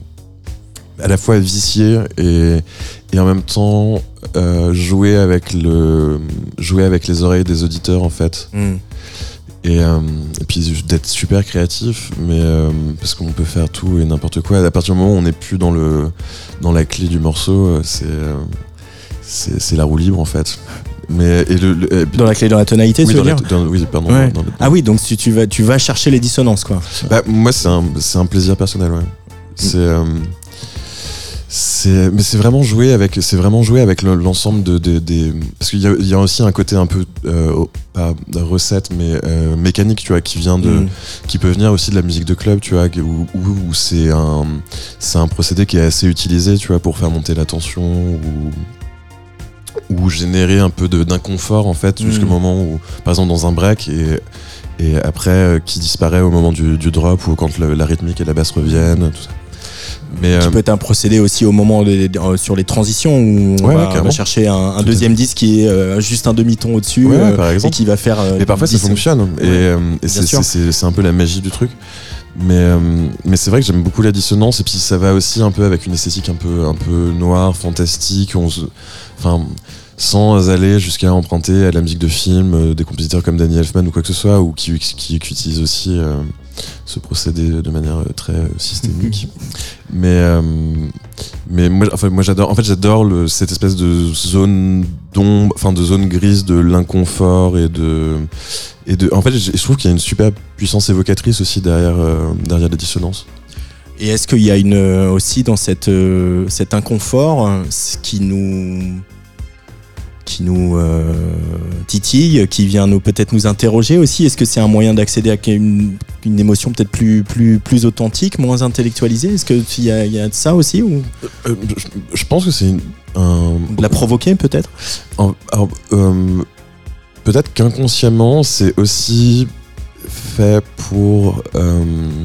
à la fois vicier et, et en même temps euh, jouer avec le, jouer avec les oreilles des auditeurs, en fait. Mm. Et, euh, et puis d'être super créatif, mais euh, parce qu'on peut faire tout et n'importe quoi. À partir du moment où on n'est plus dans le, dans la clé du morceau, c'est, euh, c'est, c'est la roue libre, en fait. Mais et le, le, dans la clé, dans la tonalité, oui, tu veux dire la, dans, oui, pardon. Ouais. Dans, dans le, ah oui, donc tu, tu vas, tu vas chercher les dissonances, quoi. Bah, moi, c'est un, c'est un plaisir personnel, ouais. C'est, mm. euh, c'est, mais c'est vraiment jouer avec, c'est vraiment jouer avec le, l'ensemble de, de, des, parce qu'il y a, il y a aussi un côté un peu, euh, pas recette, mais euh, mécanique, tu vois, qui vient de, mm. qui peut venir aussi de la musique de club, tu vois, où, où, où c'est un, c'est un procédé qui est assez utilisé, tu vois, pour faire monter la tension ou ou générer un peu de, d'inconfort en fait, mmh. jusqu'au moment où, par exemple dans un break, et, et après euh, qui disparaît au moment du, du drop ou quand le, la rythmique et la basse reviennent, tout ça. Mais qui euh, peut être un procédé aussi au moment des, euh, sur les transitions où on, ouais, va, on va chercher un, un deuxième disque qui est euh, juste un demi-ton au-dessus, ouais, euh, par exemple. Et qui va faire. Euh, mais parfois ça fonctionne, ouais. et, euh, et c'est, c'est, c'est, c'est un peu la magie du truc. Mais, euh, mais c'est vrai que j'aime beaucoup la dissonance, et puis ça va aussi un peu avec une esthétique un peu, un peu noire, fantastique. On se, enfin, sans aller jusqu'à emprunter à la musique de film euh, des compositeurs comme Danny Elfman ou quoi que ce soit, ou qui, qui, qui utilisent aussi euh, ce procédé de manière très euh, systémique. mais, euh, mais moi, enfin, moi j'adore, en fait, j'adore le, cette espèce de zone d'ombre, enfin de zone grise de l'inconfort et de, et de. En fait, je trouve qu'il y a une super puissance évocatrice aussi derrière, euh, derrière la dissonance. Et est-ce qu'il y a une, aussi dans cette, euh, cet inconfort, ce qui nous qui nous euh, titille, qui vient nous, peut-être nous interroger aussi. Est-ce que c'est un moyen d'accéder à une, une émotion peut-être plus, plus, plus authentique, moins intellectualisée? Est-ce qu'il y a, y a de ça aussi ou... euh, je, je pense que c'est une, un... De la provoquer peut-être en, alors, euh, peut-être qu'inconsciemment, c'est aussi fait pour... Euh,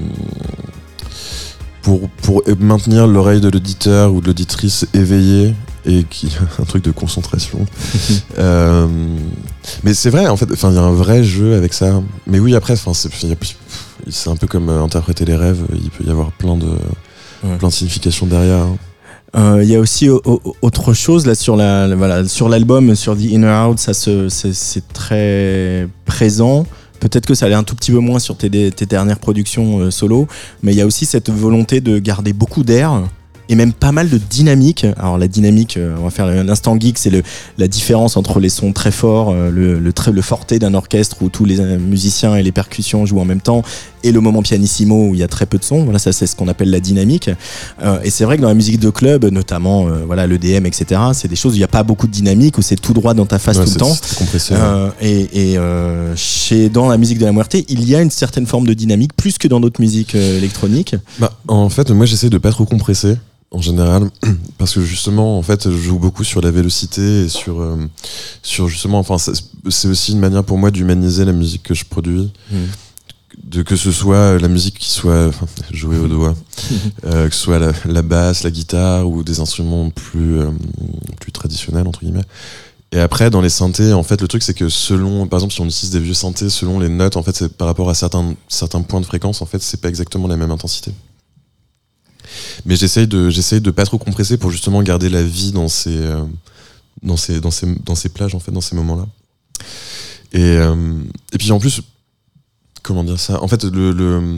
Pour, pour maintenir l'oreille de l'auditeur ou de l'auditrice éveillée et qui un truc de concentration. euh, mais c'est vrai, en fait, enfin, il y a un vrai jeu avec ça. Mais oui, après, enfin, c'est, c'est un peu comme euh, interpréter les rêves. Il peut y avoir plein de, ouais. plein de significations derrière. Il hein. euh, y a aussi o- o- autre chose là sur la, la voilà sur l'album, sur The Inner Out, ça se, c'est, c'est très présent. Peut-être que ça allait un tout petit peu moins sur tes, tes dernières productions euh, solo, mais il y a aussi cette volonté de garder beaucoup d'air et même pas mal de dynamique. Alors la dynamique, euh, on va faire l'instant geek, c'est le, la différence entre les sons très forts, euh, le, le, le forté d'un orchestre où tous les musiciens et les percussions jouent en même temps, et le moment pianissimo où il y a très peu de son. Voilà, ça c'est ce qu'on appelle la dynamique. Euh, et c'est vrai que dans la musique de club, notamment euh, voilà, l'E D M, et cetera, c'est des choses où il n'y a pas beaucoup de dynamique, où c'est tout droit dans ta face ouais, tout le temps. C'est compressé. Euh, et et euh, chez, dans la musique de La Muerte, il y a une certaine forme de dynamique, plus que dans d'autres musiques euh, électroniques. Bah, en fait, moi j'essaie de pas trop compresser. En général, parce que justement, en fait, je joue beaucoup sur la vélocité et sur, euh, sur justement, enfin, c'est aussi une manière pour moi d'humaniser la musique que je produis, mmh. de que ce soit la musique qui soit enfin, jouée au doigt, euh, que ce soit la, la basse, la guitare ou des instruments plus, euh, plus traditionnels entre guillemets. Et après, dans les synthés, en fait, le truc c'est que selon, par exemple, si on utilise des vieux synthés, selon les notes, en fait, c'est par rapport à certains, certains points de fréquence, en fait, c'est pas exactement la même intensité. Mais j'essaye de, j'essaye de pas trop compresser pour justement garder la vie dans ces, euh, dans ces, dans ces, dans ces plages, en fait, dans ces moments-là. Et, euh, et puis en plus, comment dire ça ? En fait, le, le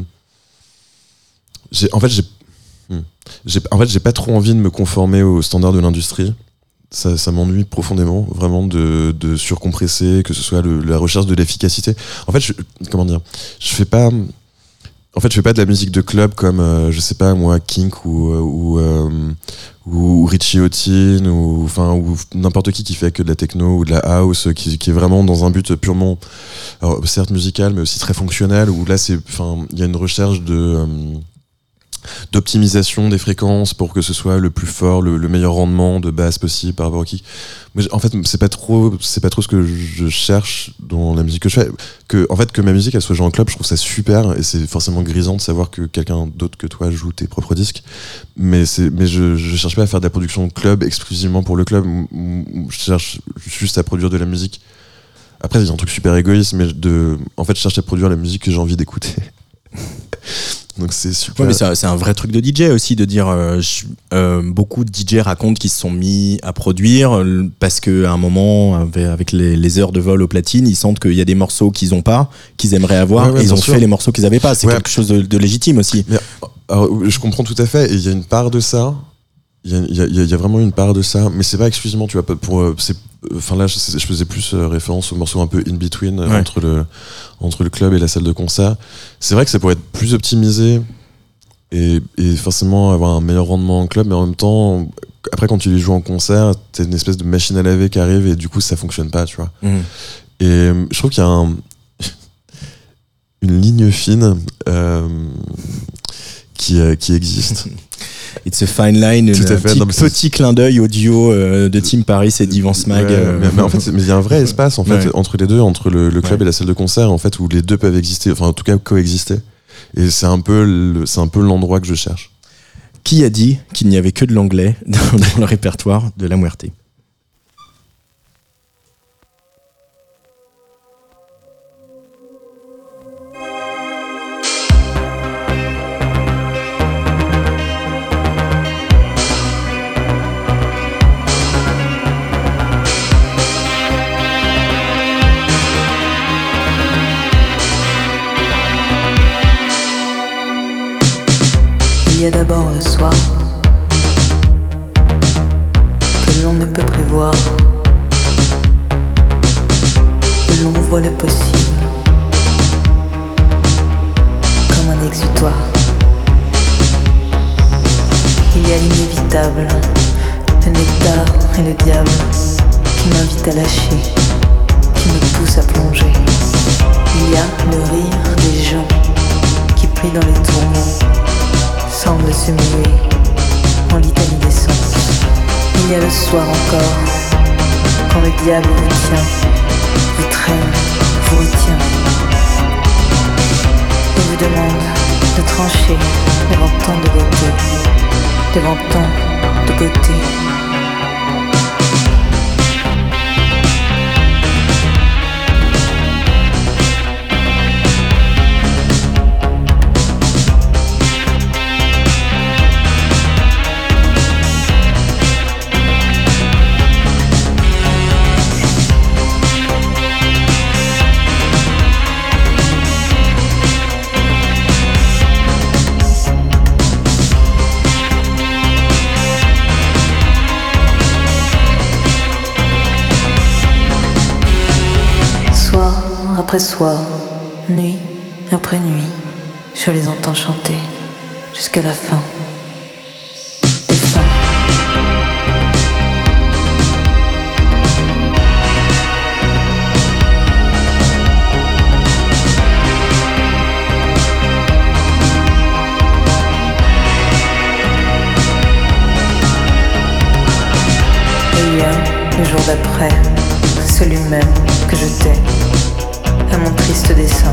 j'ai, en fait, j'ai, j'ai, en fait, j'ai pas trop envie de me conformer aux standards de l'industrie. Ça, ça m'ennuie profondément, vraiment, de, de surcompresser, que ce soit le, la recherche de l'efficacité. En fait, je, comment dire, je fais pas, en fait, je fais pas de la musique de club comme, euh, je sais pas moi, Kink ou ou, euh, ou Richie Houghton ou enfin ou n'importe qui qui fait que de la techno ou de la house, qui, qui est vraiment dans un but purement, alors, certes musical, mais aussi très fonctionnel. Où là, c'est, enfin, il y a une recherche de euh, d'optimisation des fréquences pour que ce soit le plus fort, le, le meilleur rendement de basse possible par rapport au kick. Mais en fait, c'est pas trop, c'est pas trop ce que je cherche dans la musique que je fais. Que, en fait, que ma musique elle soit jouée en club, je trouve ça super, et c'est forcément grisant de savoir que quelqu'un d'autre que toi joue tes propres disques. Mais c'est, mais je, je cherche pas à faire de la production club exclusivement pour le club. Je cherche juste à produire de la musique. Après, il y a un truc super égoïste, mais de, en fait, je cherche à produire la musique que j'ai envie d'écouter. Donc c'est super. Ouais, mais c'est, c'est un vrai truc de D J aussi, de dire euh, je, euh, beaucoup de D J racontent qu'ils se sont mis à produire parce qu'à un moment, avec les, les heures de vol au platine, ils sentent qu'il y a des morceaux qu'ils n'ont pas, qu'ils aimeraient avoir, ouais, ouais, et ils ont sûr. fait les morceaux qu'ils n'avaient pas. C'est ouais. quelque chose de, de légitime aussi. Mais, alors, je comprends tout à fait, et il y a une part de ça. Il y, y, y a vraiment une part de ça, mais c'est pas exclusivement, tu vois, pour, c'est, enfin là, je, je faisais plus référence aux morceaux un peu in between ouais. entre le entre le club et la salle de concert. C'est vrai que ça pourrait être plus optimisé et, et forcément avoir un meilleur rendement en club, mais en même temps, après quand tu les joues en concert, t'as une espèce de machine à laver qui arrive et du coup ça fonctionne pas, tu vois. Mmh. Et je trouve qu'il y a un, une ligne fine euh, qui euh, qui existe. It's a fine line, un petit, non, petit clin d'œil au duo euh, de Tim Paris et d'Ivan Smag. Ouais, euh, mais, mais en fait, il y a un vrai espace en fait ouais. entre les deux, entre le, le club ouais. et la salle de concert, en fait, où les deux peuvent exister, enfin en tout cas coexister. Et c'est un peu, le, c'est un peu l'endroit que je cherche. Qui a dit qu'il n'y avait que de l'anglais dans, dans le répertoire de La Muerte? Il y a d'abord le soir que l'on ne peut prévoir, où l'on voit le possible comme un exutoire. Il y a l'inévitable, le nectar et le diable qui m'invitent à lâcher, qui me poussent à plonger. Il y a le rire des gens qui prient dans les tourments, semble se muer en litanie des sens. Il y a le soir encore, quand le diable vous tient, vous traîne, vous retient, et vous demande de trancher devant tant de beauté, devant tant de beauté. Après soir, nuit après nuit, je les entends chanter jusqu'à la fin des fins. Et il y a le jour d'après, celui même que je tais à mon triste dessein.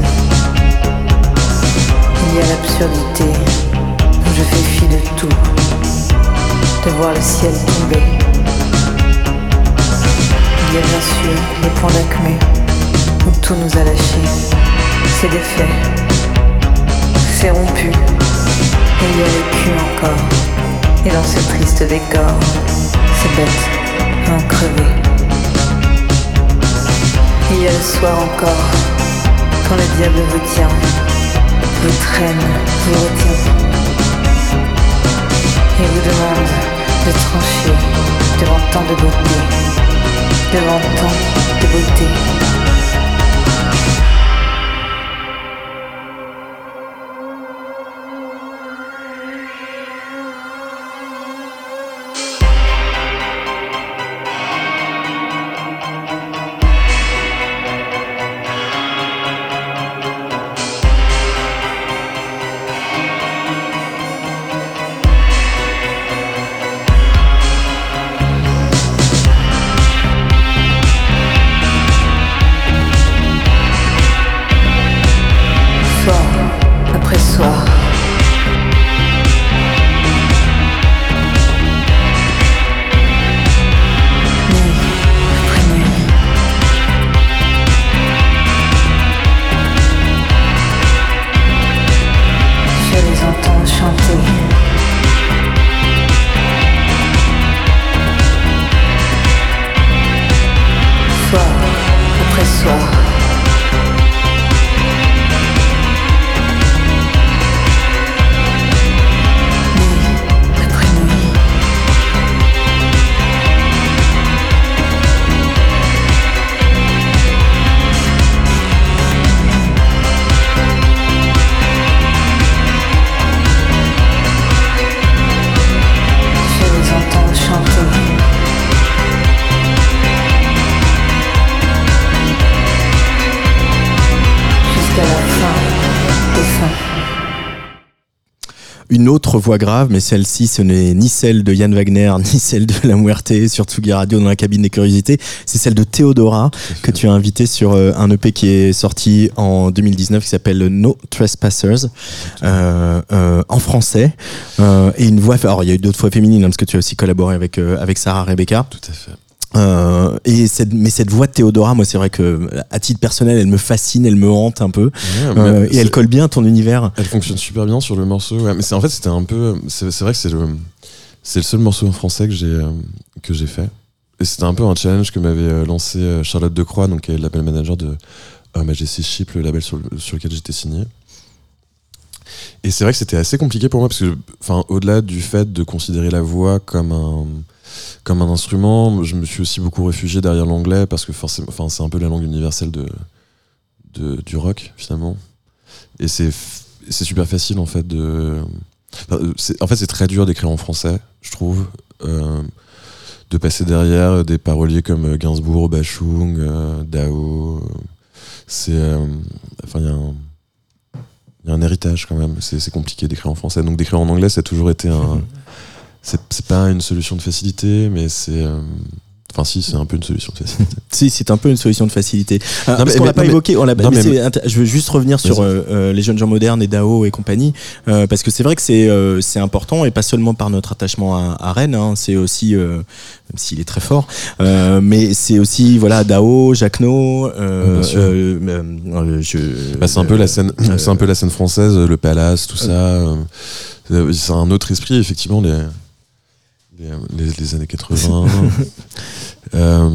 Il y a l'absurdité où je fais fi de tout, de voir le ciel tomber. Il y a bien sûr les points d'acmé où tout nous a lâchés. C'est défait, c'est rompu, et il y a le cul encore. Et dans ce triste décor, c'est bête, en crever. Il y a le soir encore, quand le diable vous tient, vous traîne, vous retient, et vous demande de trancher devant tant de beauté, devant tant de beauté. Une autre voix grave, mais celle-ci, ce n'est ni celle de Yann Wagner, ni celle de La Muerte sur Tsugi Radio dans la cabine des curiosités. C'est celle de Théodora, que tu as invité sur un E P qui est sorti en deux mille dix-neuf, qui s'appelle No Trespassers, euh, euh, en français. Euh, et une voix, alors il y a eu d'autres voix féminines, hein, parce que tu as aussi collaboré avec, euh, avec Sarah Rebecca. Tout à fait. Euh, et cette, mais cette voix de Théodora, moi c'est vrai que à titre personnel elle me fascine, elle me hante un peu, ouais, euh, et elle colle bien à ton univers. Elle fonctionne super bien sur le morceau, ouais, mais c'est en fait c'était un peu, c'est, c'est vrai que c'est le c'est le seul morceau en français que j'ai euh, que j'ai fait, et c'était un peu un challenge que m'avait lancé Charlotte Decroix, donc qui est le label manager de euh, Majesty Ship, le label sur, le, sur lequel j'étais signé. Et c'est vrai que c'était assez compliqué pour moi parce que, enfin, au-delà du fait de considérer la voix comme un comme un instrument, je me suis aussi beaucoup réfugié derrière l'anglais parce que forcément, enfin, c'est un peu la langue universelle de, de du rock finalement. Et c'est c'est super facile en fait de, c'est, en fait c'est très dur d'écrire en français, je trouve, euh, de passer derrière des paroliers comme Gainsbourg, Bachung, euh, Dao. C'est, euh, enfin il y a un il y a un héritage quand même. C'est, c'est compliqué d'écrire en français, donc d'écrire en anglais ça a toujours été un C'est, c'est pas une solution de facilité, mais c'est. Euh... Enfin, si, c'est un peu une solution de facilité. Si, c'est un peu une solution de facilité. Ah, non, parce mais, qu'on mais, l'a pas mais, évoqué. On l'a, non, mais mais, c'est, je veux juste revenir sur euh, euh, les jeunes gens modernes et Dao et compagnie, euh, parce que c'est vrai que c'est euh, c'est important, et pas seulement par notre attachement à, à Rennes. Hein, c'est aussi, euh, même s'il est très fort, euh, mais c'est aussi voilà Dao, Jacquenot. Euh, euh, euh, je, bah, c'est un peu la scène, euh, c'est un peu la scène française, le Palace, tout ça. Euh, c'est un autre esprit, effectivement. Les Les, les, les années quatre-vingts. euh,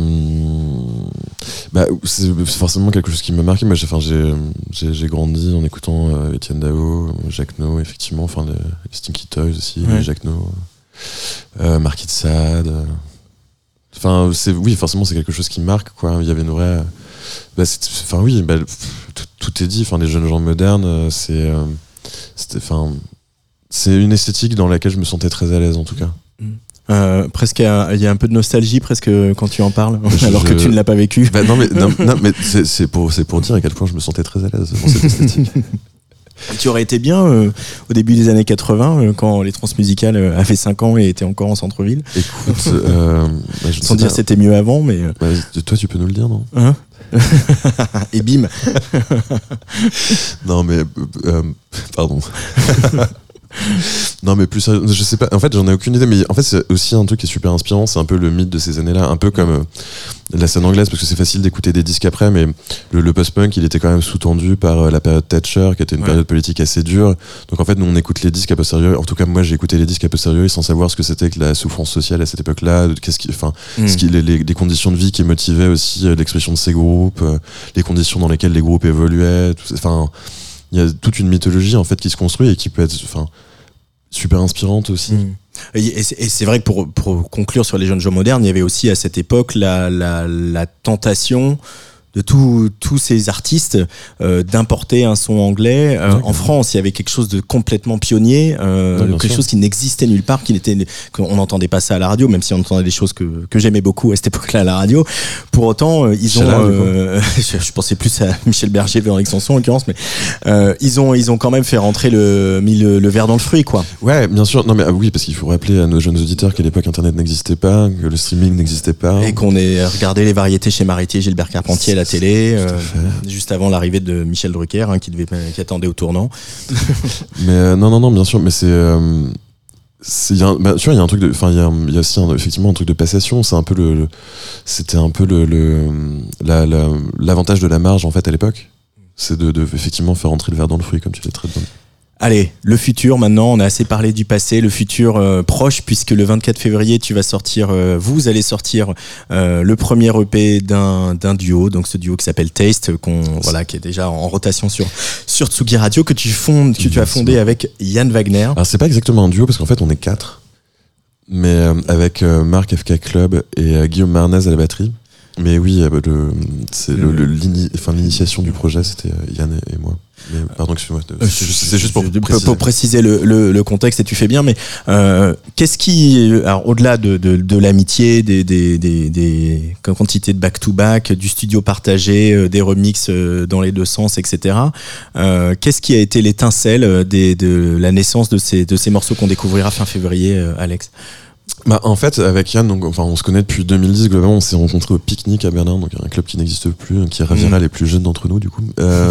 bah, c'est, c'est forcément quelque chose qui m'a marqué. Moi, j'ai, enfin, j'ai, j'ai, j'ai grandi en écoutant euh, Étienne Dao, Jacquenot, effectivement, enfin, les, les Stinky Toys aussi, ouais. les Jacquenot, euh, Marquis de Sade. Enfin, c'est, oui, forcément, c'est quelque chose qui marque, quoi. Il y avait une vraie. Bah, enfin, oui, bah, tout, tout est dit. Enfin, les jeunes gens modernes, c'est, euh, c'était, enfin, c'est une esthétique dans laquelle je me sentais très à l'aise, en tout cas. Mmh. Euh, presque, il y a un peu de nostalgie presque quand tu en parles, je, alors que tu ne l'as pas vécu. Bah non, mais, non, non, mais c'est, c'est, pour, c'est pour dire à quel point je me sentais très à l'aise dans cette esthétique. Tu aurais été bien euh, au début des années quatre-vingts, euh, quand les transmusicales euh, avaient cinq ans et étaient encore en centre-ville. Écoute, euh, bah, je sans dire que c'était mieux avant, mais. Euh... Bah, toi, tu peux nous le dire, non? Hein? Et bim. Non, mais. Euh, pardon. Non, mais plus sérieux, je sais pas. En fait, j'en ai aucune idée. Mais en fait, c'est aussi un truc qui est super inspirant. C'est un peu le mythe de ces années-là. Un peu comme euh, la scène anglaise, parce que c'est facile d'écouter des disques après. Mais le, le post-punk, il était quand même sous-tendu par euh, la période Thatcher, qui était une ouais. période politique assez dure. Donc en fait, nous, on écoute les disques a posteriori. En tout cas, moi, j'ai écouté les disques a posteriori sans savoir ce que c'était que la souffrance sociale à cette époque-là. Qu'est-ce qui, enfin, mm. ce qui, les, les, les conditions de vie qui motivaient aussi euh, l'expression de ces groupes, euh, les conditions dans lesquelles les groupes évoluaient. Enfin, il y a toute une mythologie en fait qui se construit et qui peut être, enfin, super inspirante aussi. Mmh. Et c'est, et c'est vrai que pour, pour conclure sur les jeunes gens modernes, il y avait aussi à cette époque la, la, la tentation de tous tous ces artistes euh, d'importer un son anglais. Euh, en France, il y avait quelque chose de complètement pionnier, euh, ouais, quelque sûr. chose qui n'existait nulle part, qui n'était, qu'on n'entendait pas ça à la radio, même si on entendait des choses que que j'aimais beaucoup à cette époque-là à la radio. Pour autant, euh, ils ont, euh, je, je pensais plus à Michel Berger, Véronique Sanson en l'occurrence, mais euh, ils ont ils ont quand même fait rentrer le mis le, le verre dans le fruit, quoi. Ouais, bien sûr. Non mais ah, oui, parce qu'il faut rappeler à nos jeunes auditeurs qu'à l'époque Internet n'existait pas, que le streaming n'existait pas, et qu'on ait regardé les variétés chez Maritier, Gilbert Carpentier à la télé, euh, juste avant l'arrivée de Michel Drucker, hein, qui devait, qui attendait au tournant. Mais euh, non, non, non, bien sûr, mais c'est, euh, c'est, y a un, bah, tu vois, il y a un truc de, enfin, il y a, il y a aussi un, effectivement un truc de passation. C'est un peu le, le c'était un peu le, le la, la, l'avantage de la marge en fait à l'époque, c'est de, de effectivement faire entrer le verre dans le fruit, comme tu l'as très bien dit. Allez, le futur maintenant, on a assez parlé du passé, le futur euh, proche, puisque le vingt-quatre février, tu vas sortir, euh, vous allez sortir euh, le premier E P d'un, d'un duo, donc ce duo qui s'appelle Taste, qu'on, voilà, qui est déjà en rotation sur, sur Tsugi Radio, que tu fondes, que tu as fondé avec Yann Wagner. Alors c'est pas exactement un duo, parce qu'en fait on est quatre, mais euh, avec euh, Marc F K Club et euh, Guillaume Marnez à la batterie. Mais oui, euh, le, c'est le, le, l'ini, enfin, l'initiation du projet, c'était Yann et, et moi. Mais, pardon, excuse-moi. C'est juste, c'est juste pour, préciser. pour préciser le, le, le contexte, et tu fais bien. Mais euh, qu'est-ce qui, alors au-delà de, de, de l'amitié, des, des, des, des quantités de back-to-back, du studio partagé, des remixes dans les deux sens, et cetera. Euh, qu'est-ce qui a été l'étincelle des, de la naissance de ces, de ces morceaux qu'on découvrira fin février, Alex? Bah, en fait, avec Yann, donc, enfin, on se connaît depuis deux mille dix, globalement, on s'est rencontrés au Pique-Nique à Berlin, donc un club qui n'existe plus, qui ravira mmh. les plus jeunes d'entre nous, du coup. Euh,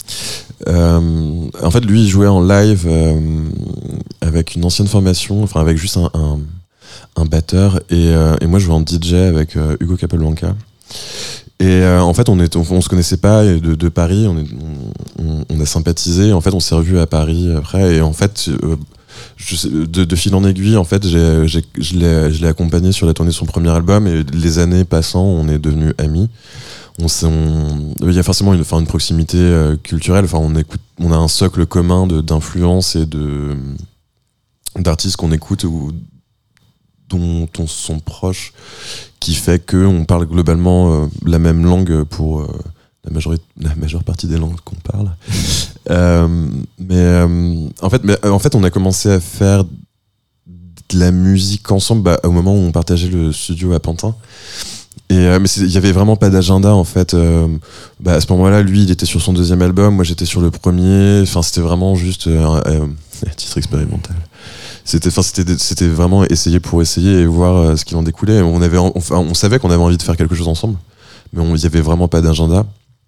euh, en fait, lui, il jouait en live euh, avec une ancienne formation, enfin, avec juste un, un, un batteur, et, euh, et moi, je jouais en D J avec euh, Hugo Capelblanca. Et euh, en fait, on, est, on, on se connaissait pas de, de Paris, on, est, on, on a sympathisé, en fait, on s'est revus à Paris après, et en fait... Euh, Je sais, de, de fil en aiguille, en fait, j'ai, j'ai, je, l'ai, je l'ai accompagné sur la tournée de son premier album, et les années passant, on est devenus amis. On s'est, on, il y a forcément une, enfin, une proximité euh, culturelle. Enfin, on écoute, on a un socle commun de, d'influence et de d'artistes qu'on écoute ou dont on sont proches, qui fait que on parle globalement euh, la même langue pour euh, la majorité, la majeure partie des langues qu'on parle. euh, mais euh, en fait, mais en fait, on a commencé à faire de la musique ensemble bah, au moment où on partageait le studio à Pantin. Et euh, mais il y avait vraiment pas d'agenda en fait. Euh, bah, à ce moment-là, lui, il était sur son deuxième album, moi j'étais sur le premier. Enfin, c'était vraiment juste euh, euh, un titre expérimental. C'était, enfin, c'était, c'était vraiment essayer pour essayer et voir euh, ce qu'il en découlait. On avait, on, on savait qu'on avait envie de faire quelque chose ensemble, mais il y avait vraiment pas d'agenda.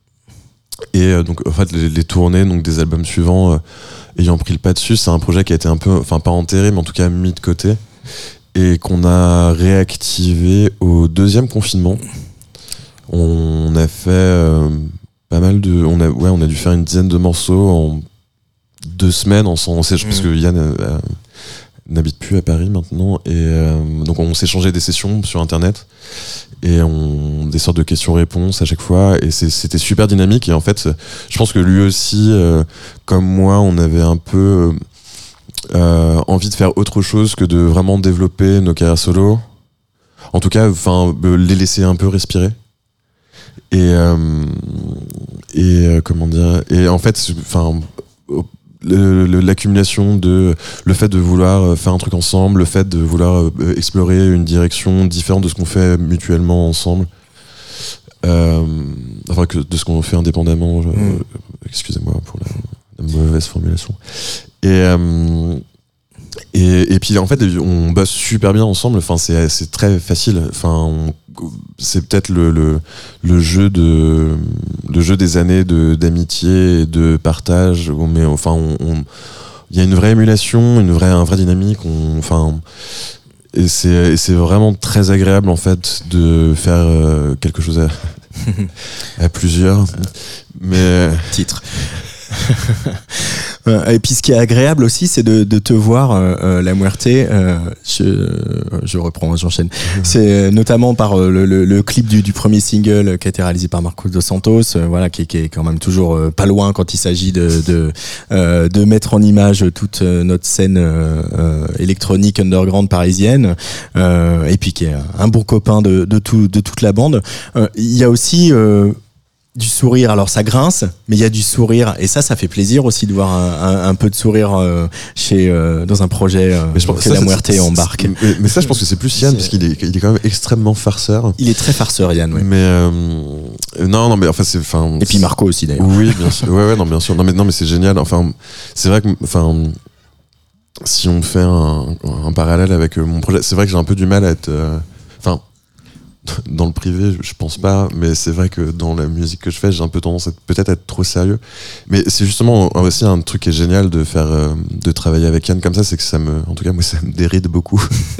Et euh, donc en fait les, les tournées donc des albums suivants euh, ayant pris le pas dessus, c'est un projet qui a été un peu, enfin pas enterré mais en tout cas mis de côté et qu'on a réactivé au deuxième confinement. On a fait euh, pas mal de, on a ouais on a dû faire une dizaine de morceaux en deux semaines ensemble, mmh. parce que Yann euh, euh, n'habite plus à Paris maintenant et euh, donc on s'échangeait des sessions sur internet. Et on, des sortes de questions-réponses à chaque fois, et c'est, c'était super dynamique. Et en fait, je pense que lui aussi, euh, comme moi, on avait un peu euh, envie de faire autre chose que de vraiment développer nos carrières solo. En tout cas, enfin, les laisser un peu respirer. Et euh, et euh, comment dire. Et en fait, enfin. Le, le, l'accumulation de le fait de vouloir faire un truc ensemble, le fait de vouloir euh, explorer une direction différente de ce qu'on fait mutuellement ensemble, euh, enfin que de ce qu'on fait indépendamment. Je, mmh. euh, excusez-moi pour la, la mauvaise formulation. Et, euh, et et puis en fait on bosse super bien ensemble. Enfin c'est c'est très facile. Enfin on, c'est peut-être le, le le jeu de le jeu des années de d'amitié et de partage, mais enfin on, on il y a une vraie émulation, une vraie, un vrai dynamique. On, enfin, et c'est, et c'est vraiment très agréable en fait de faire euh, quelque chose à, à plusieurs. Mais titre. Et puis ce qui est agréable aussi, c'est de, de te voir, euh, La Muerte. Euh, je, je reprends, j'enchaîne. C'est notamment par le, le, le clip du, du premier single qui a été réalisé par Marcos dos Santos, euh, voilà, qui, qui est quand même toujours euh, pas loin quand il s'agit de de, euh, de mettre en image toute notre scène euh, euh, électronique underground parisienne. Euh, et puis qui est un bon copain de, de tout, de toute la bande. Euh, Il y a aussi euh, du sourire, alors ça grince, mais il y a du sourire et ça, ça fait plaisir aussi de voir un, un, un peu de sourire euh, chez euh, dans un projet euh, mais je pense que ça, La c'est- Muerte c'est- embarque. Mais, mais ça, je pense que c'est plus Yann C'est- parce qu'il est, il est quand même extrêmement farceur. Il est très farceur, Yann. Ouais. Mais euh, non, non, mais enfin c'est, enfin. Et puis Marco aussi d'ailleurs. Oui, bien sûr. Ouais, ouais, non, bien sûr. Non, mais non, mais c'est génial. Enfin, c'est vrai que, enfin, si on fait un, un parallèle avec mon projet, c'est vrai que j'ai un peu du mal à être, euh, enfin, dans le privé, je pense pas, mais c'est vrai que dans la musique que je fais, j'ai un peu tendance à être- peut-être à être trop sérieux. Mais c'est justement aussi un truc qui est génial de faire, euh, de travailler avec Yann comme ça, c'est que ça me, en tout cas, moi, ça me déride beaucoup.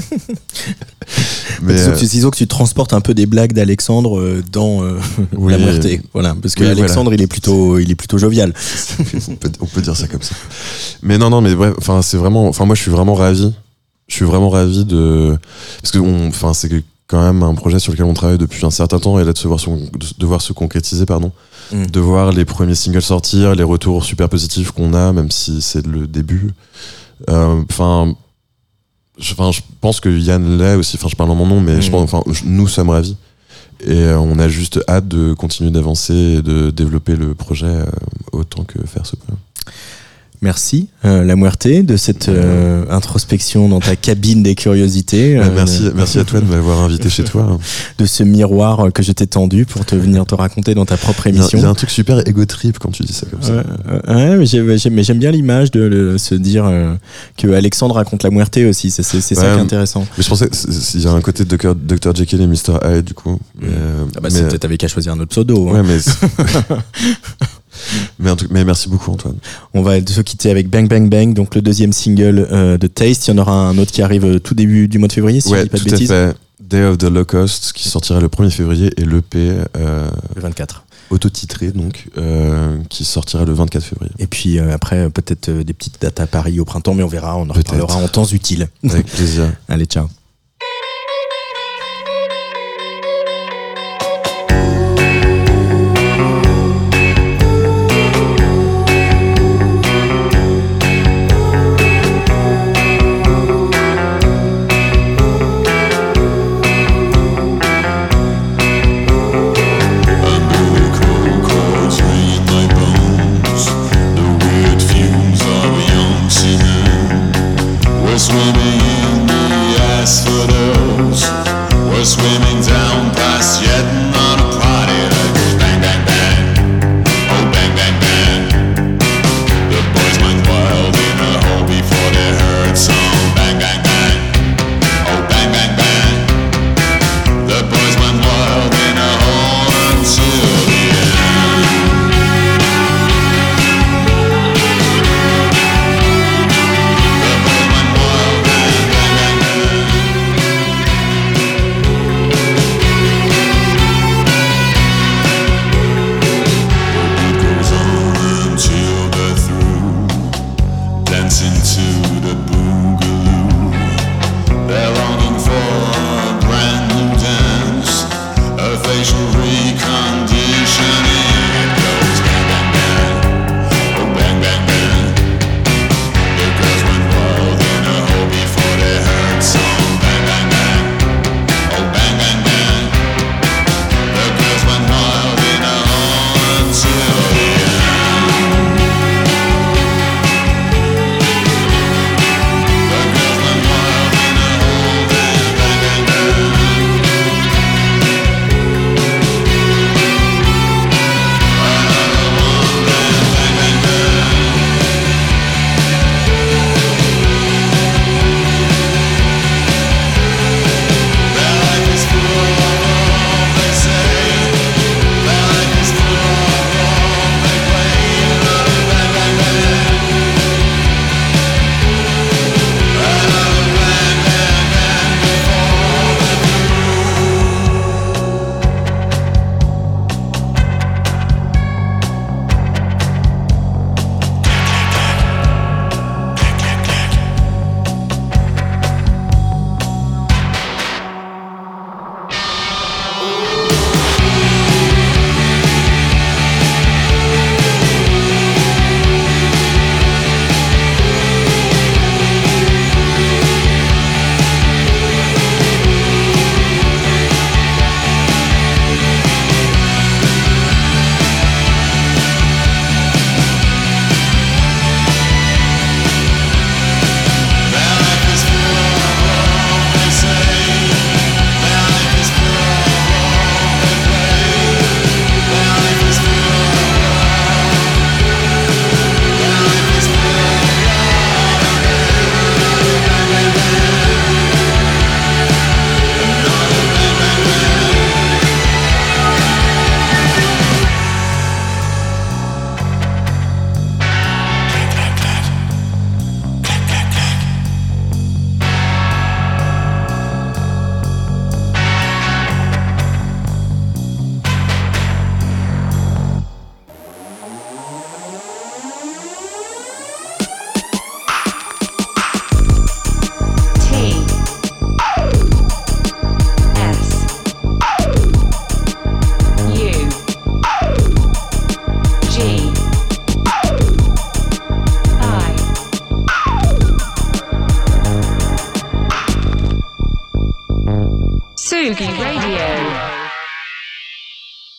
Mais mais disons, euh, que, tu- disons que tu transportes un peu des blagues d'Alexandre euh, dans euh, Oui. La Muerte, voilà, parce que Oui, Alexandre, il est plutôt, il est plutôt jovial. on, peut, on peut dire ça comme ça. Mais non, non, mais ouais, enfin, c'est vraiment, enfin, moi, je suis vraiment ravi. Je suis vraiment ravi de, parce que, on, enfin, c'est que quand même un projet sur lequel on travaille depuis un certain temps et là de se voir, son, de, de voir se concrétiser, pardon, Mm. de voir les premiers singles sortir, les retours super positifs qu'on a, même si c'est le début. Enfin, euh, je, je pense que Yann l'est aussi. Enfin, je parle en mon nom, mais Mm. je pense, enfin, je- nous sommes ravis. Et euh, on a juste hâte de continuer d'avancer et de développer le projet euh, autant que faire ce point. Merci, euh, La Muerte, de cette euh, introspection dans ta cabine des curiosités. Ouais, euh, merci, de, merci à toi de m'avoir invité chez toi. de ce miroir que je t'ai tendu pour te venir te raconter dans ta propre Il y, a, émission. il y a un truc super égo trip quand tu dis ça comme ça. Ouais, ouais, mais j'aime, j'aime- mais j'aime bien l'image de, de se dire euh, que Alexandre raconte La Muerte aussi. C'est, c'est, c'est ça Ouais, qui est intéressant. Mais je pensais qu'il y a un côté de docteur Jekyll et mister Hyde du coup. Mais, euh, Ah bah, mais, c'est, t'avais qu'à choisir un autre pseudo. Hein. ouais, mais, mais, un truc, mais merci beaucoup Antoine. On va se quitter avec Bang Bang Bang, donc le deuxième single euh, de Taste. Il y en aura un autre qui arrive euh, tout début du mois de février, si je Ouais, dis pas de tout à bêtises. fait. Day of the Low Cost qui sortira le premier février et l'E P euh, Le vingt-quatre. autotitré donc euh, qui sortira le vingt-quatre février. Et puis euh, après, euh, peut-être euh, des petites dates à Paris au printemps, mais on verra, on en Peut-être. reparlera en temps utile. Avec plaisir. Allez, ciao. Swimming in the asphalt. Tsugi Radio.